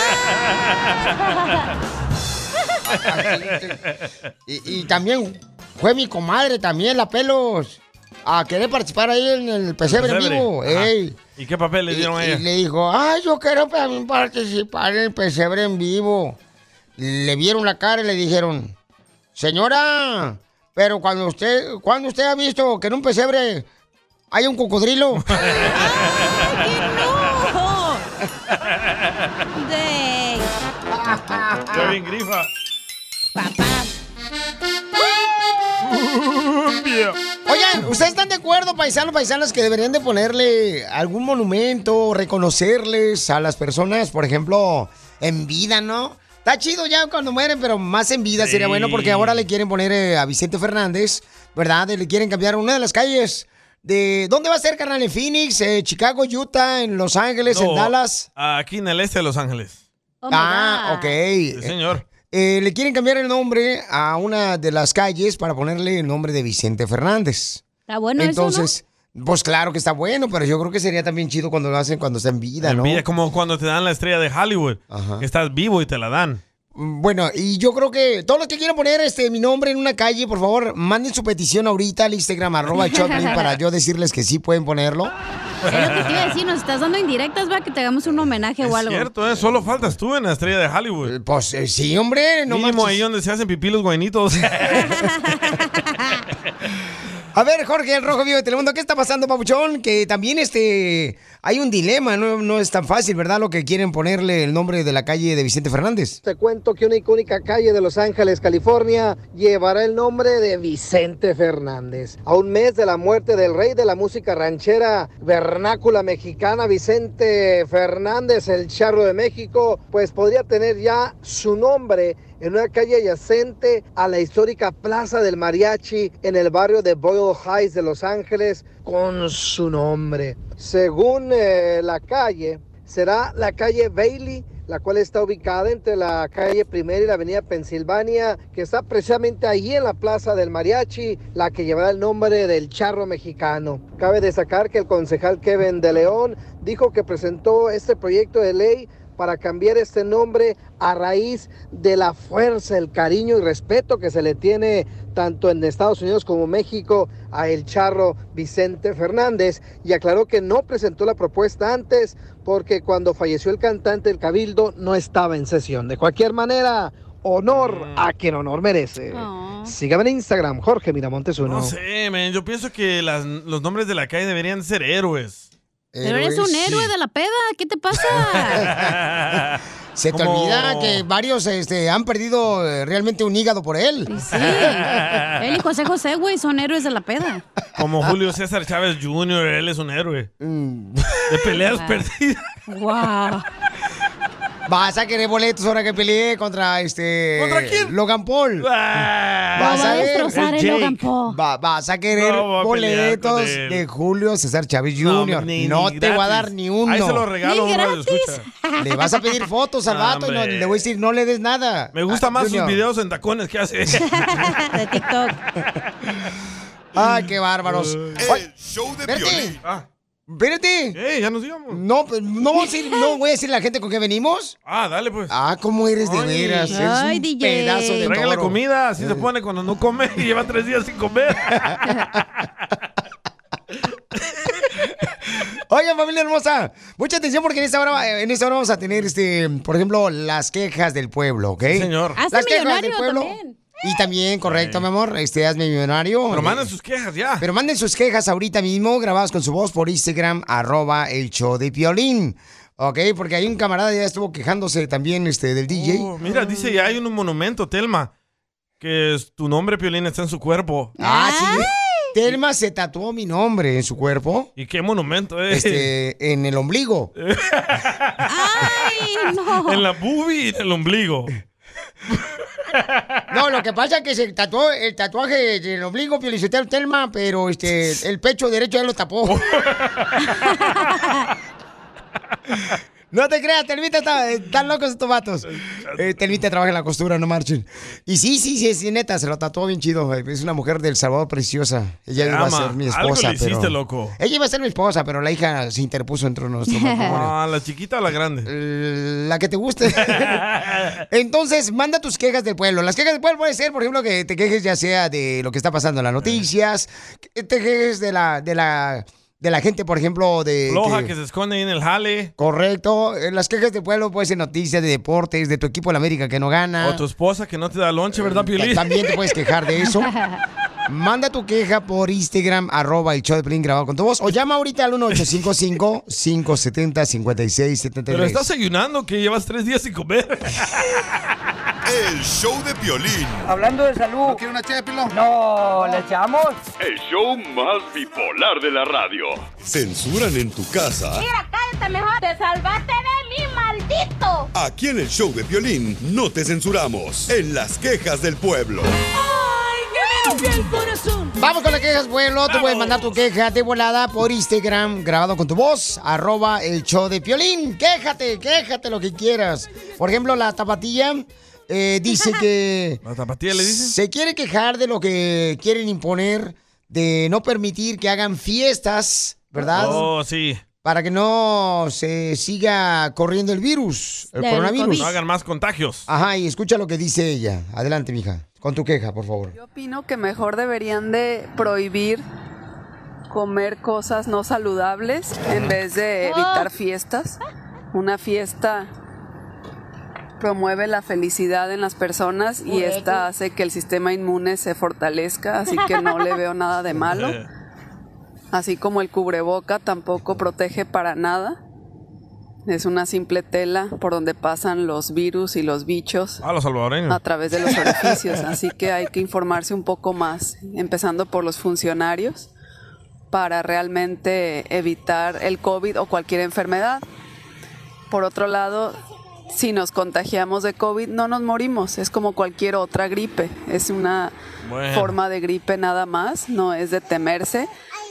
y, y también fue mi comadre, también, la Pelos, a querer participar ahí en el pesebre, en vivo. Ey. ¿Y qué papel le dieron y, a ella? Y le dijo, ay, yo quiero también participar en el pesebre en vivo. Le vieron la cara y le dijeron, señora, pero cuando usted, ¿cuándo usted ha visto que en un pesebre hay un cocodrilo? ¡Ay, que no! ¡Dey! ¡Qué bien grifa! Papá. ¡Cumbia! Oigan, ¿ustedes están de acuerdo, paisanos, paisanas, que deberían de ponerle algún monumento, reconocerles a las personas, por ejemplo, en vida, ¿no? Está chido ya cuando mueren, pero más en vida sí. Sería bueno porque ahora le quieren poner eh, a Vicente Fernández, ¿verdad? Le quieren cambiar una de las calles. De, ¿dónde va a ser, carnal? ¿En Phoenix, eh, Chicago, Utah, en Los Ángeles, no, en Dallas? Aquí en el este de Los Ángeles. Oh ah, ok. Sí, señor. Eh, eh, le quieren cambiar el nombre a una de las calles para ponerle el nombre de Vicente Fernández. Está bueno. Entonces, eso, ¿no? Pues claro que está bueno, pero yo creo que sería también chido cuando lo hacen cuando está en vida, ¿no? En vida, como cuando te dan la estrella de Hollywood. Ajá. Que estás vivo y te la dan. Bueno, y yo creo que todos los que quieran poner este mi nombre en una calle, por favor, manden su petición ahorita al Instagram, arroba el Choplin, para yo decirles que sí pueden ponerlo. Es lo que te iba a decir, nos estás dando indirectas, va, que te hagamos un homenaje es o algo. Es cierto, ¿eh? Solo faltas tú en la estrella de Hollywood. Pues eh, sí, hombre. No Mínimo marches. ahí donde se hacen pipí los guainitos. A ver, Jorge, el Rojo Vivo de Telemundo, ¿qué está pasando, papuchón? Que también este hay un dilema, no, no es tan fácil, ¿verdad? Lo que quieren ponerle el nombre de la calle de Vicente Fernández. Te cuento que una icónica calle de Los Ángeles, California, llevará el nombre de Vicente Fernández. A un mes de la muerte del rey de la música ranchera vernácula mexicana, Vicente Fernández, el Charro de México, pues podría tener ya su nombre en una calle adyacente a la histórica Plaza del Mariachi en el barrio de Boyle Heights de Los Ángeles con su nombre. Según eh, la calle, será la calle Bailey, la cual está ubicada entre la calle Primera y la avenida Pensilvania, que está precisamente allí en la Plaza del Mariachi, la que llevará el nombre del Charro Mexicano. Cabe destacar que el concejal Kevin de León dijo que presentó este proyecto de ley para cambiar este nombre a raíz de la fuerza, el cariño y respeto que se le tiene tanto en Estados Unidos como México a el Charro Vicente Fernández, y aclaró que no presentó la propuesta antes porque cuando falleció el cantante el Cabildo no estaba en sesión. De cualquier manera, honor a quien honor merece. Oh. Sígame en Instagram, Jorge Miramontes uno. No sé, man, yo pienso que las, los nombres de la calle deberían ser héroes. Pero eres un héroe de la peda, ¿qué te pasa? Se te Como- olvida que varios este, han perdido eh, realmente un hígado por él. Sí, él y José José, güey, son héroes de la peda. Como Julio César Chávez junior, él es un héroe. De peleas Ah. perdidas. Wow. Vas a querer boletos ahora que peleé contra este. ¿Contra quién? Logan Paul. Ah. Vas Lo va a ver. destrozar el Jake. Logan Paul. Va- vas a querer No va a pelear boletos con él. de Julio César Chávez No, junior ni- No, ni te voy a gratis. dar ni uno. Ahí se lo regalo. Ni a un radio gratis. escucha. Le vas a pedir fotos al vato y no- Hombre. le voy a decir, no le des nada. Me gusta Ah, más sus Junior. videos en tacones que hace. De TikTok. Ay, qué bárbaros. Ay, El show de Espérate. Piolín. Ah, espérate. ¿qué? Ya nos íbamos. No, pues, no, voy a decir- no voy a decir a la gente con qué venimos. Ah, dale pues. Ah, ¿cómo eres de Ay. veras? Eres Ay, un D J. pedazo de Tráigale toro. comida, así se pone cuando no come y lleva tres días sin comer. Oigan, familia hermosa, mucha atención porque en esta hora, en esta hora vamos a tener, este, por ejemplo, las quejas del pueblo, ¿ok? Sí, señor. Hazte Las quejas millonario del pueblo. también. Y también, correcto, mi amor, este, hazme millonario. Pero Eh, manden sus quejas ya. Pero manden sus quejas ahorita mismo, grabadas con su voz por Instagram, arroba el show de Piolín. Ok, porque hay un camarada ya estuvo quejándose también este, del D J. Oh, mira, dice, ya hay un monumento, Telma, que es- tu nombre, Piolín, está en su cuerpo. Ah, sí. Telma se tatuó mi nombre en su cuerpo, ¿Y qué monumento es? este, en el ombligo. Ay, no. En la boobie y en el ombligo. No, lo que pasa es que se tatuó el tatuaje del ombligo, Piolichotelo, Telma, pero este, el pecho derecho ya lo tapó. No te creas, Telmita, está- están locos estos vatos. Eh, Telmita trabaja en la costura, no marchen. Y sí, sí, sí, sí, neta, se lo tatuó bien chido. Es una mujer del Salvador preciosa. Ella Te iba a ama. ser mi Algo esposa, le hiciste, pero... loco. Ella iba a ser mi esposa, pero la hija se interpuso entre nuestro matrimonio. Ah, ¿la chiquita o la grande? Eh, La que te guste. Entonces, manda tus quejas del pueblo. Las quejas del pueblo puede ser, por ejemplo, que te quejes ya sea de lo que está pasando en las noticias, que te quejes de la, de la, de la gente, por ejemplo, de... Floja que- que se esconde ahí en el jale. Correcto. Eh, Las quejas del pueblo pueden ser noticias de deportes, de tu equipo de la América que no gana. O tu esposa que no te da lonche, ¿verdad, Piolín? También te puedes quejar de eso. Manda tu queja por Instagram, arroba el show de Piolín grabado con tu voz. O llama ahorita al uno ocho cinco cinco, cinco siete cero, cinco seis siete tres. Pero estás ayunando, que llevas tres días sin comer. El show de Piolín. Hablando de salud. ¿No quiere una ché de pilón? No, ¿le echamos? El show más bipolar de la radio. ¿Censuran en tu casa? Mira, cállate mejor. Te salvaste de mí, maldito. Aquí en el show de Piolín no te censuramos. En las quejas del pueblo. Ay, que me rompió el corazón. Vamos con las quejas, pueblo. Tú puedes mandar tu queja de volada por Instagram, grabado con tu voz, arroba el show de Piolín. Quéjate, quéjate lo que quieras. Por ejemplo, la tapatilla eh, dice que... ¿La tapatilla le dice? Se quiere quejar de lo que quieren imponer, de no permitir que hagan fiestas, ¿verdad? Oh, sí. Para que no se siga corriendo el virus, el Del coronavirus. COVID. No hagan más contagios. Ajá, y escucha lo que dice ella. Adelante, mija, con tu queja, por favor. Yo opino que mejor deberían de prohibir comer cosas no saludables en vez de evitar fiestas. Una fiesta promueve la felicidad en las personas y esta hace que el sistema inmune se fortalezca, así que no le veo nada de malo. Así como el cubreboca tampoco protege para nada. Es una simple tela por donde pasan los virus y los bichos A los salvadoreños. a través de los orificios. Así que hay que informarse un poco más, empezando por los funcionarios, para realmente evitar el COVID o cualquier enfermedad. Por otro lado, si nos contagiamos de COVID, no nos morimos. Es como cualquier otra gripe. Es una Bueno. forma de gripe nada más, no es de temerse.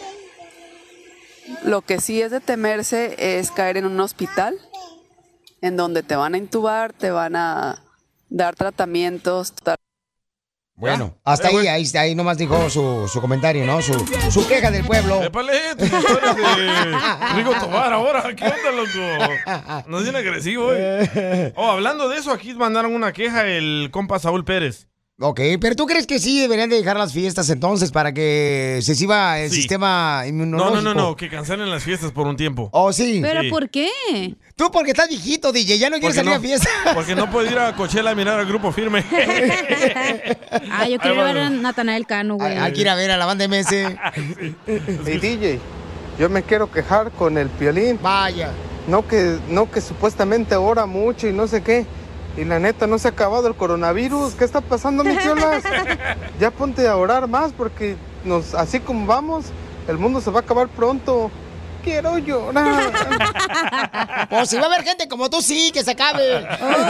Lo que sí es de temerse es caer en un hospital en donde te van a intubar, te van a dar tratamientos. Bueno, hasta ahí, ahí, ahí nomás dijo su, su comentario, ¿no? Su, su queja del pueblo. Épale, tus historias de Rigo Tobar ahora. ¿Qué onda, loco? No es bien agresivo, eh. Oh, hablando de eso, aquí mandaron una queja el compa Saúl Pérez. Ok, pero ¿tú crees que sí deberían de dejar las fiestas entonces para que se siga el Sí. sistema No, inmunológico? no, no, no, que cancelen las fiestas por un tiempo. ¿Oh, sí? ¿Pero Sí. por qué? Tú porque estás viejito, D J, ya no quieres Porque salir no- a fiesta. Porque no puedo ir a Coachella a mirar al grupo firme. Ah, yo quiero Ahí va. ver a Natanael Cano, güey. Hay que ir a ver a la banda M S. Hey, D J, yo me quiero quejar con el Piolín. Vaya. No que, no que supuestamente ora mucho y no sé qué. Y la neta, no se ha acabado el coronavirus. ¿Qué está pasando, mi chiolas? Ya ponte a orar más porque nos, así como vamos, el mundo se va a acabar pronto. Quiero llorar. Pues si va a haber gente como tú, sí, que se acabe.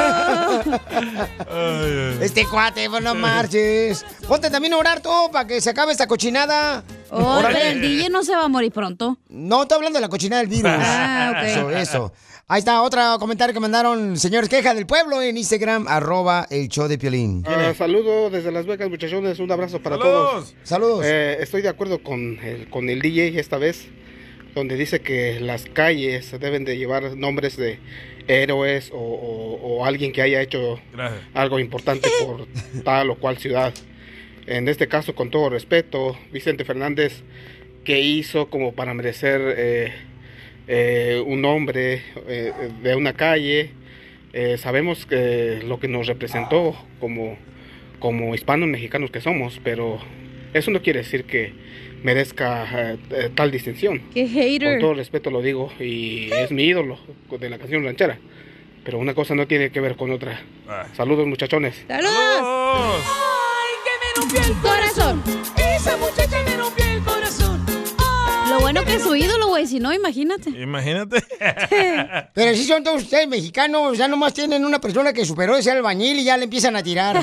Este cuate, pues no marches. Ponte también a orar tú para que se acabe esta cochinada. Oh, Órale. pero el D J no se va a morir pronto. No, estoy hablando de la cochinada del virus. Ah, ok. Eso, eso. Ahí está otro comentario que mandaron, señores, queja del pueblo en Instagram, arroba el show de Piolín. Ah, saludos desde Las Vegas, muchachones. Un abrazo para ¡Saludos! todos. Saludos. Eh, estoy de acuerdo con el, con el D J esta vez, donde dice que las calles deben de llevar nombres de héroes o, o- o alguien que haya hecho Gracias. algo importante por tal o cual ciudad. En este caso, con todo respeto, Vicente Fernández, ¿qué hizo como para merecer eh, eh, un nombre eh, de una calle? Eh, sabemos que lo que nos representó como, como hispanos mexicanos que somos, pero eso no quiere decir que merezca eh, eh, tal distinción. ¡Qué hater! Con todo respeto lo digo, y es mi ídolo de la canción ranchera, pero una cosa no tiene que ver con otra. Saludos, muchachones. ¡Saludos! Ay, que me rompió el corazón. Esa muchacha me rompió el corazón. Lo bueno que es su ídolo, güey. Si no, imagínate. Imagínate. Pero si son todos ustedes mexicanos, ya nomás tienen una persona que superó ese albañil y ya le empiezan a tirar.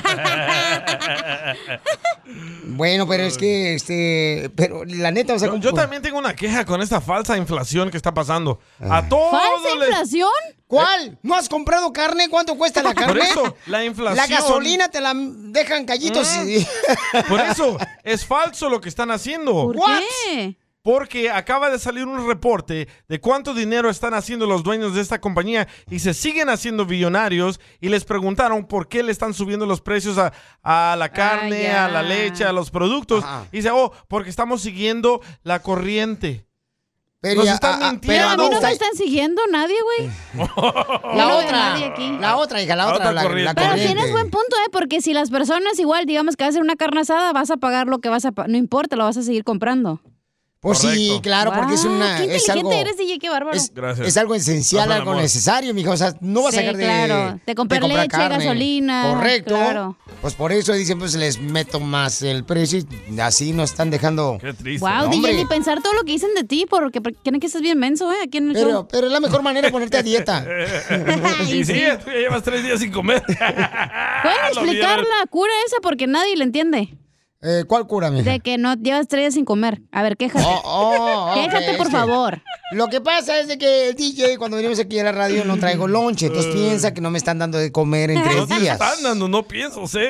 Bueno, pero es que, este, pero la neta, o sea, Yo, como- yo también tengo una queja con esta falsa inflación que está pasando. A todos ¿Falsa les- inflación? ¿Cuál? ¿No has comprado carne? ¿Cuánto cuesta la carne? Por eso, la inflación. La gasolina te la dejan callitos. Mm. y- Por eso, es falso lo que están haciendo. ¿Por What? qué? Porque acaba de salir un reporte de cuánto dinero están haciendo los dueños de esta compañía y se siguen haciendo billonarios, y les preguntaron por qué le están subiendo los precios a, a la carne, ya. a la leche, a los productos. Y dice, oh, porque estamos siguiendo la corriente. Pero, Nos ya, están ah, ah, mintiendo. pero A mí no me está- están siguiendo nadie, güey. La no veo otra, nadie aquí. la otra, hija, la La otra, otra la, corriente. la Pero corriente. tienes buen punto, ¿eh? Porque si las personas igual, digamos que vas a hacer una carne asada, vas a pagar lo que vas a pagar. No importa, lo vas a seguir comprando. Pues sí, Correcto. claro, porque es Wow, una... Qué es inteligente algo, eres, D J, qué bárbaro. es, Gracias. es algo esencial, Pasa el algo amor. necesario, mija. O sea, no vas a Sí, sacar de... claro. De comprar leche, gasolina, Correcto. claro. Pues por eso dicen, pues les meto más el precio y así nos están dejando... Qué triste. Wow, No, D J, hombre. ni pensar todo lo que dicen de ti, porque, porque creen que estás bien menso, ¿eh? Aquí en el Pero, show. pero es la mejor manera de ponerte a dieta. Y sí, tú ya llevas tres días sin comer. ¿Pueden Lo explicar olvidé. la cura esa? Porque nadie le entiende. Eh, ¿Cuál cura, mija? De que no llevas tres días sin comer. A ver, quéjate. Oh, oh, ok, Quéjate, por es que favor. Lo que pasa es de que el D J, cuando venimos aquí a la radio, no traigo lonche. Entonces piensa que no me están dando de comer en No tres te días. están dando, no pienso, sé.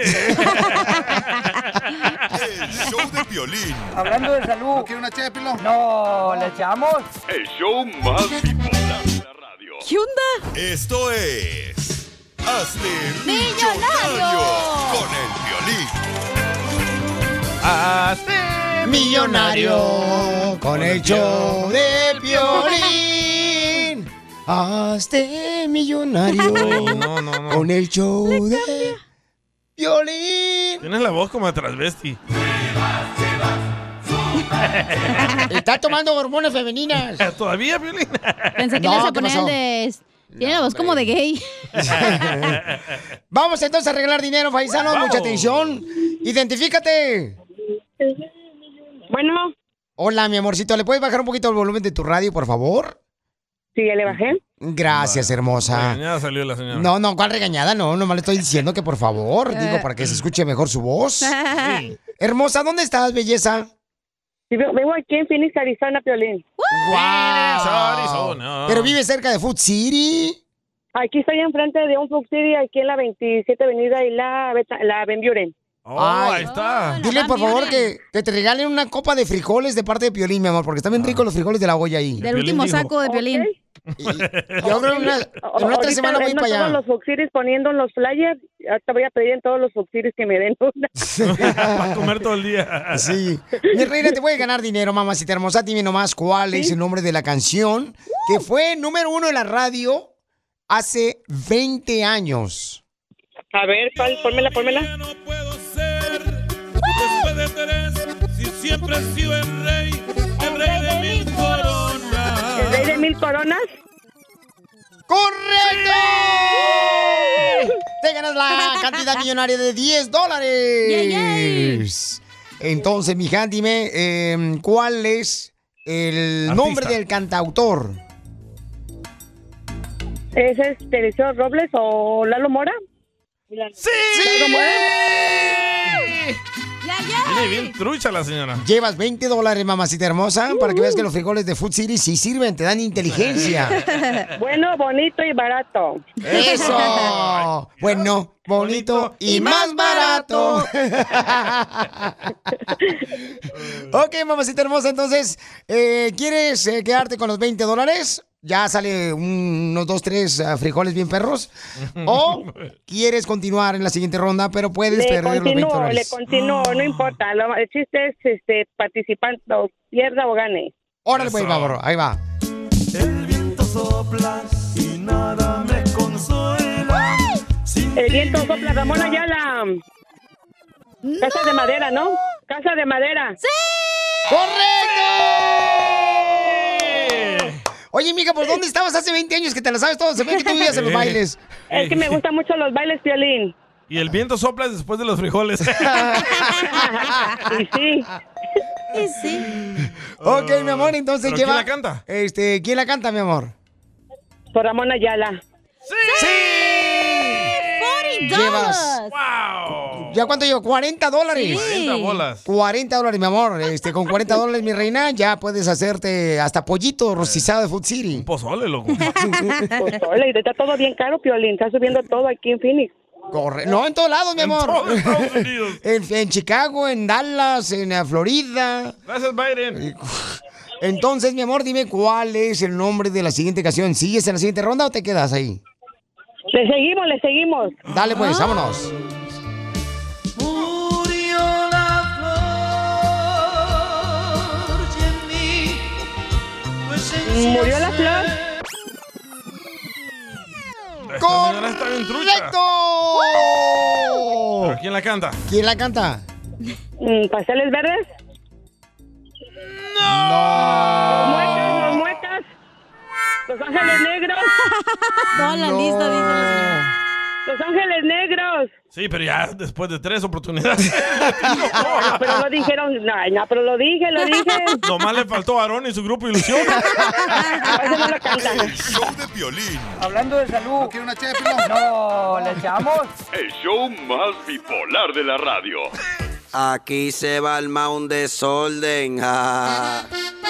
El show de Piolín. Hablando de salud. ¿No quiere una ché de pilón? No, ¿le echamos? El show más bipolar de la radio. ¿Qué onda? Esto es... Hazte ¡Millonario! millonario con el Piolín. Hazte Millonario con el show de Piolín. Hazte millonario No, no, no. con el show de Piolín. Tienes la voz como de transvesti. Está tomando hormonas femeninas. ¿Todavía, Piolín? Pensé que No, le ibas a ¿qué poner pasó? el de... Tiene la voz como de gay. Vamos entonces a arreglar dinero, paisanos. Vamos. Mucha atención. Identifícate. Bueno, Hola, mi amorcito. ¿Le puedes bajar un poquito el volumen de tu radio, por favor? sí, ya le bajé. Gracias, hermosa. Regañada salió la señora. No, no, ¿cuál regañada? No, nomás le estoy diciendo que por favor, digo, para que se escuche mejor su voz. Sí. Hermosa, ¿dónde estás, belleza? Sí, vivo vivo aquí en Phoenix, Arizona, Piolín. ¡Wow! Arizona. Pero vive cerca de Food City. Aquí estoy enfrente de un Food City, aquí en la veintisiete Avenida y la, Beta- la Ben Buren. Oh, Ay. ahí está. Dile, Van por favor, Buren. que, que te regalen una copa de frijoles de parte de Piolín, mi amor, porque están bien ricos los frijoles de la olla ahí. Del Piolín último dijo. saco de violín. Ok. Y- Yo creo que en una, en una otra Ahorita semana voy ando para todos allá. los Food Cities poniendo los flyers. Ahorita voy a pedir en todos los Food Cities que me den una. Para comer todo el día. Sí. Mi reina, te voy a ganar dinero, mamacita hermosa. Dime nomás cuál es el nombre de la canción que fue número uno en la radio hace veinte años. A ver, ¿cuál? Pónmela, pónmela. No puedo ser después de tres, si siempre he sido el rey, el rey de mil coronas. ¿El rey de mil coronas? ¡Correcto! Te ganas la cantidad millonaria de diez dólares. Yay, yay. Entonces, mija, dime, eh, ¿cuál es el Artista. nombre del cantautor? ¿Ese es Teresio Robles o Lalo Mora? ¡Sí! ¿Lalo Mora? Ya, ya. Viene bien trucha la señora. Llevas veinte dólares, mamacita hermosa, para que veas que los frijoles de Food City sí sirven, te dan inteligencia. Bueno, bonito y barato. ¡Eso! Bueno, bonito y más barato. Ok, mamacita hermosa, entonces, eh, ¿quieres eh, quedarte con los veinte dólares? Ya sale un- unos dos, tres ah, frijoles bien perros. ¿O quieres continuar en la siguiente ronda, pero puedes Le perder los veinte continúo, le dólares? continúo, no importa. Lo- el chiste es este, participando, pierda o gane. Órale, pues, vamos, ahí va. El viento sopla y nada me consuela. Sin El ti, viento sopla, Ramón Ayala. Casa de madera, ¿no? Casa de madera. ¡Correcto! Oye, mija, ¿por dónde estabas hace veinte años que te la sabes todo? Se ve que tú vivías en los bailes. Es que me gustan mucho los bailes, Piolín. Y el viento sopla después de los frijoles. Y sí. Sí, sí. Ok, mi amor, entonces ¿Pero lleva... quién la canta? Este, ¿quién la canta, mi amor? Por Ramón Ayala. ¡Sí! cuarenta Llevas... ¡Wow! ¿Ya cuánto llevo? cuarenta dólares. cuarenta bolas. cuarenta dólares, mi amor. Este, con cuarenta dólares, mi reina, ya puedes hacerte hasta pollito rostizado de Food City. Un pozole, loco. Pues ole, y está todo bien caro, Piolín. Está subiendo todo aquí en Phoenix. Corre. No, en todos lados, mi En amor. todo Estados Unidos. en, en Chicago, en Dallas, en eh, Florida. Gracias, Biden. Entonces, mi amor, dime cuál es el nombre de la siguiente canción. ¿Sigues en la siguiente ronda o te quedas ahí? Le seguimos, le seguimos. Dale, pues, vámonos. murió la flor y en mí, pues Murió la flor. Esta señora está bien trucha. ¡Correcto! ¿Pero quién la canta? ¿Quién la canta? ¿Pasteles verdes? ¡No! Los muecas, los muecas. Los ángeles negros. Toda la lista, dice la señora. Los ángeles negros. Sí, pero ya después de tres oportunidades. No, pero lo dijeron. No, no, pero lo dije, lo dije. Nomás le faltó a Aarón y su grupo Ilusión. Eso no lo canta. El show de Piolín. Hablando de salud. ¿No quiere una ché de pilón? No, ¿le echamos? El show más bipolar de la radio. Aquí se va el un desorden. Ja.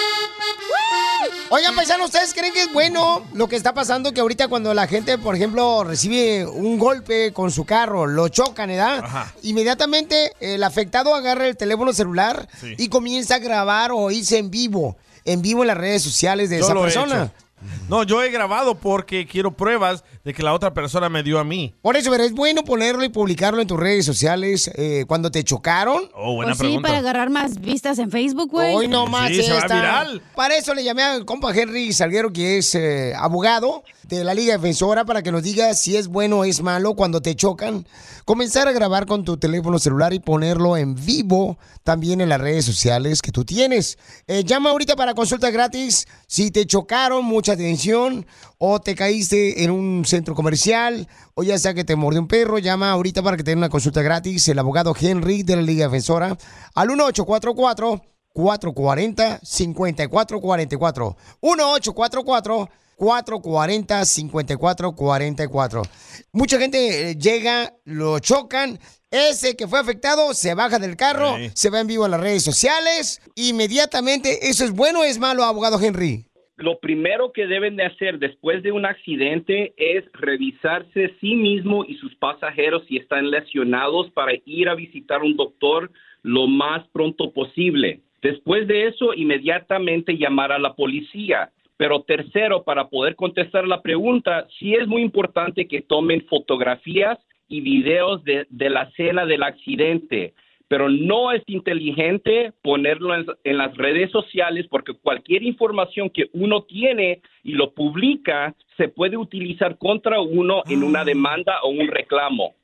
Oigan, paisanos, ¿ustedes creen que es bueno lo que está pasando? Que ahorita cuando la gente, por ejemplo, recibe un golpe con su carro, lo chocan, ¿verdad? Ajá. Inmediatamente el afectado agarra el teléfono celular Sí. y comienza a grabar o irse en vivo, en vivo en las redes sociales de Yo esa lo he persona. hecho. No, yo he grabado porque quiero pruebas de que la otra persona me dio a mí. Por eso, pero es bueno ponerlo y publicarlo en tus redes sociales eh, cuando te chocaron. Oh, buena Pues sí, pregunta. para agarrar más vistas en Facebook, güey. Hoy no más Sí, se va esta. viral. Para eso le llamé al compa Henry Salguero, que es eh, abogado de la Liga Defensora, para que nos diga si es bueno o es malo cuando te chocan. Comenzar a grabar con tu teléfono celular y ponerlo en vivo también en las redes sociales que tú tienes. Eh, llama ahorita para consulta gratis. Si te chocaron, mucha atención, o te caíste en un centro comercial, o ya sea que te mordió un perro, llama ahorita para que te den una consulta gratis. El abogado Henry de la Liga Defensora al uno ocho cuatro cuatro, cuatro cuatro cero, cinco cuatro cuatro cuatro. uno ocho cuatro cuatro, cuatro cuatro cero, cinco cuatro cuatro cuatro. Mucha gente eh, llega, lo chocan. Ese que fue afectado se baja del carro, Sí. se va en vivo a las redes sociales. Inmediatamente, ¿eso es bueno o es malo, abogado Henry? Lo primero que deben de hacer después de un accidente es revisarse sí mismo y sus pasajeros si están lesionados para ir a visitar un doctor lo más pronto posible. Después de eso, inmediatamente llamar a la policía. Pero tercero, para poder contestar la pregunta, sí es muy importante que tomen fotografías y videos de, de la escena del accidente. Pero no es inteligente ponerlo en, en las redes sociales porque cualquier información que uno tiene y lo publica se puede utilizar contra uno en una demanda o un reclamo.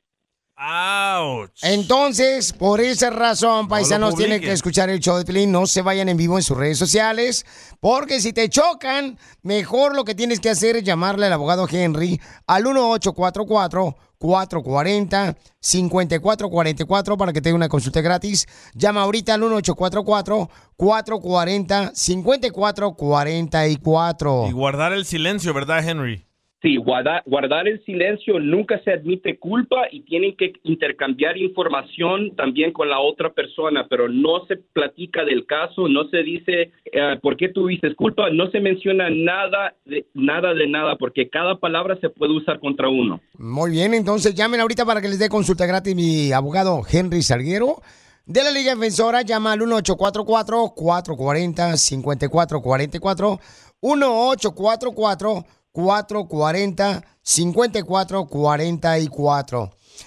¡Auch! Entonces, por esa razón, paisanos, publiquen. tienen que escuchar el show de Piolín. No se vayan en vivo en sus redes sociales, porque si te chocan, mejor lo que tienes que hacer es llamarle al abogado Henry al uno ocho cuatro cuatro, cuatro cuatro cero, cinco cuatro cuatro cuatro para que te dé una consulta gratis. Llama ahorita al uno ocho cuatro cuatro, cuatro cuatro cero, cinco cuatro cuatro cuatro. Y guardar el silencio, ¿verdad, Henry? Sí, guardar, guardar el silencio, nunca se admite culpa y tienen que intercambiar información también con la otra persona, pero no se platica del caso, no se dice eh, por qué tuviste culpa, no se menciona nada de, nada de nada, porque cada palabra se puede usar contra uno. Muy bien, entonces llamen ahorita para que les dé consulta gratis mi abogado Henry Salguero de la Liga Defensora. Llama al uno ocho cuatro cuatro, cuatro cuatro cero, cinco cuatro cuatro cuatro, uno ocho cuatro cuatro, cuatro cuatro cero, cinco cuatro cuatro cuatro.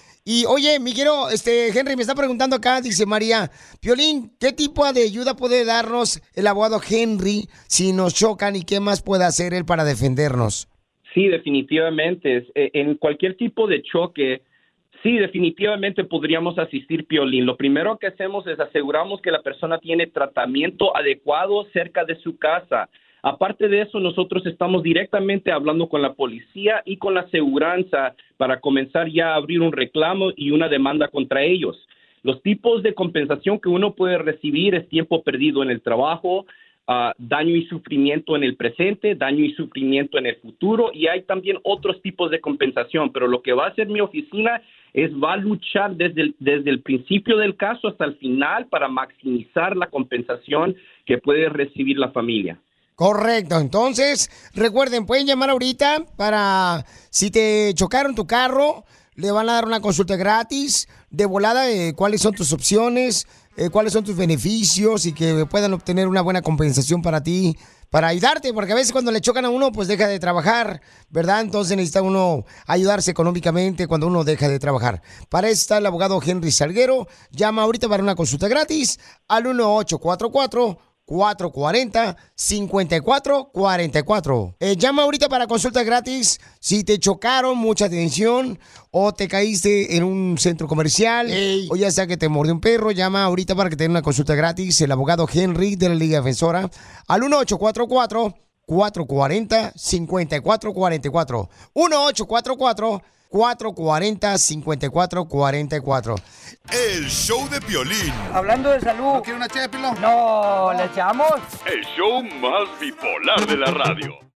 Y oye, mi quiero, este, Henry, me está preguntando acá, dice María, Piolín, ¿qué tipo de ayuda puede darnos el abogado Henry si nos chocan y qué más puede hacer él para defendernos? Sí, definitivamente. Es- eh, En cualquier tipo de choque, sí, definitivamente podríamos asistir, Piolín. Lo primero que hacemos es aseguramos que la persona tiene tratamiento adecuado cerca de su casa. Aparte de eso, nosotros estamos directamente hablando con la policía y con la aseguranza para comenzar ya a abrir un reclamo y una demanda contra ellos. Los tipos de compensación que uno puede recibir es tiempo perdido en el trabajo, uh, daño y sufrimiento en el presente, daño y sufrimiento en el futuro, y hay también otros tipos de compensación, pero lo que va a hacer mi oficina es va a luchar desde el, desde el principio del caso hasta el final para maximizar la compensación que puede recibir la familia. Correcto, entonces recuerden, pueden llamar ahorita para si te chocaron tu carro, le van a dar una consulta gratis de volada de cuáles son tus opciones, eh, cuáles son tus beneficios y que puedan obtener una buena compensación para ti, para ayudarte, porque a veces cuando le chocan a uno pues deja de trabajar, ¿verdad? Entonces necesita uno ayudarse económicamente cuando uno deja de trabajar. Para eso está el abogado Henry Salguero. Llama ahorita para una consulta gratis al uno ocho cuatro cuatro, cuatro cuatro cero, cinco cuatro cuatro cuatro. Eh, llama ahorita para consulta gratis si te chocaron, mucha atención, o te caíste en un centro comercial, Ey. o ya sea que te mordió un perro. Llama ahorita para que te den una consulta gratis. El abogado Henry de la Liga Defensora al uno ocho cuatro cuatro, cuatro cuatro cero, cinco cuatro cuatro cuatro. uno ocho cuatro cuatro, cuatro cuatro cero, cinco cuatro cuatro cuatro. El show de Piolín. Hablando de salud. ¿No quiere una ché de pilón? No, ¿le echamos? El show más bipolar de la radio.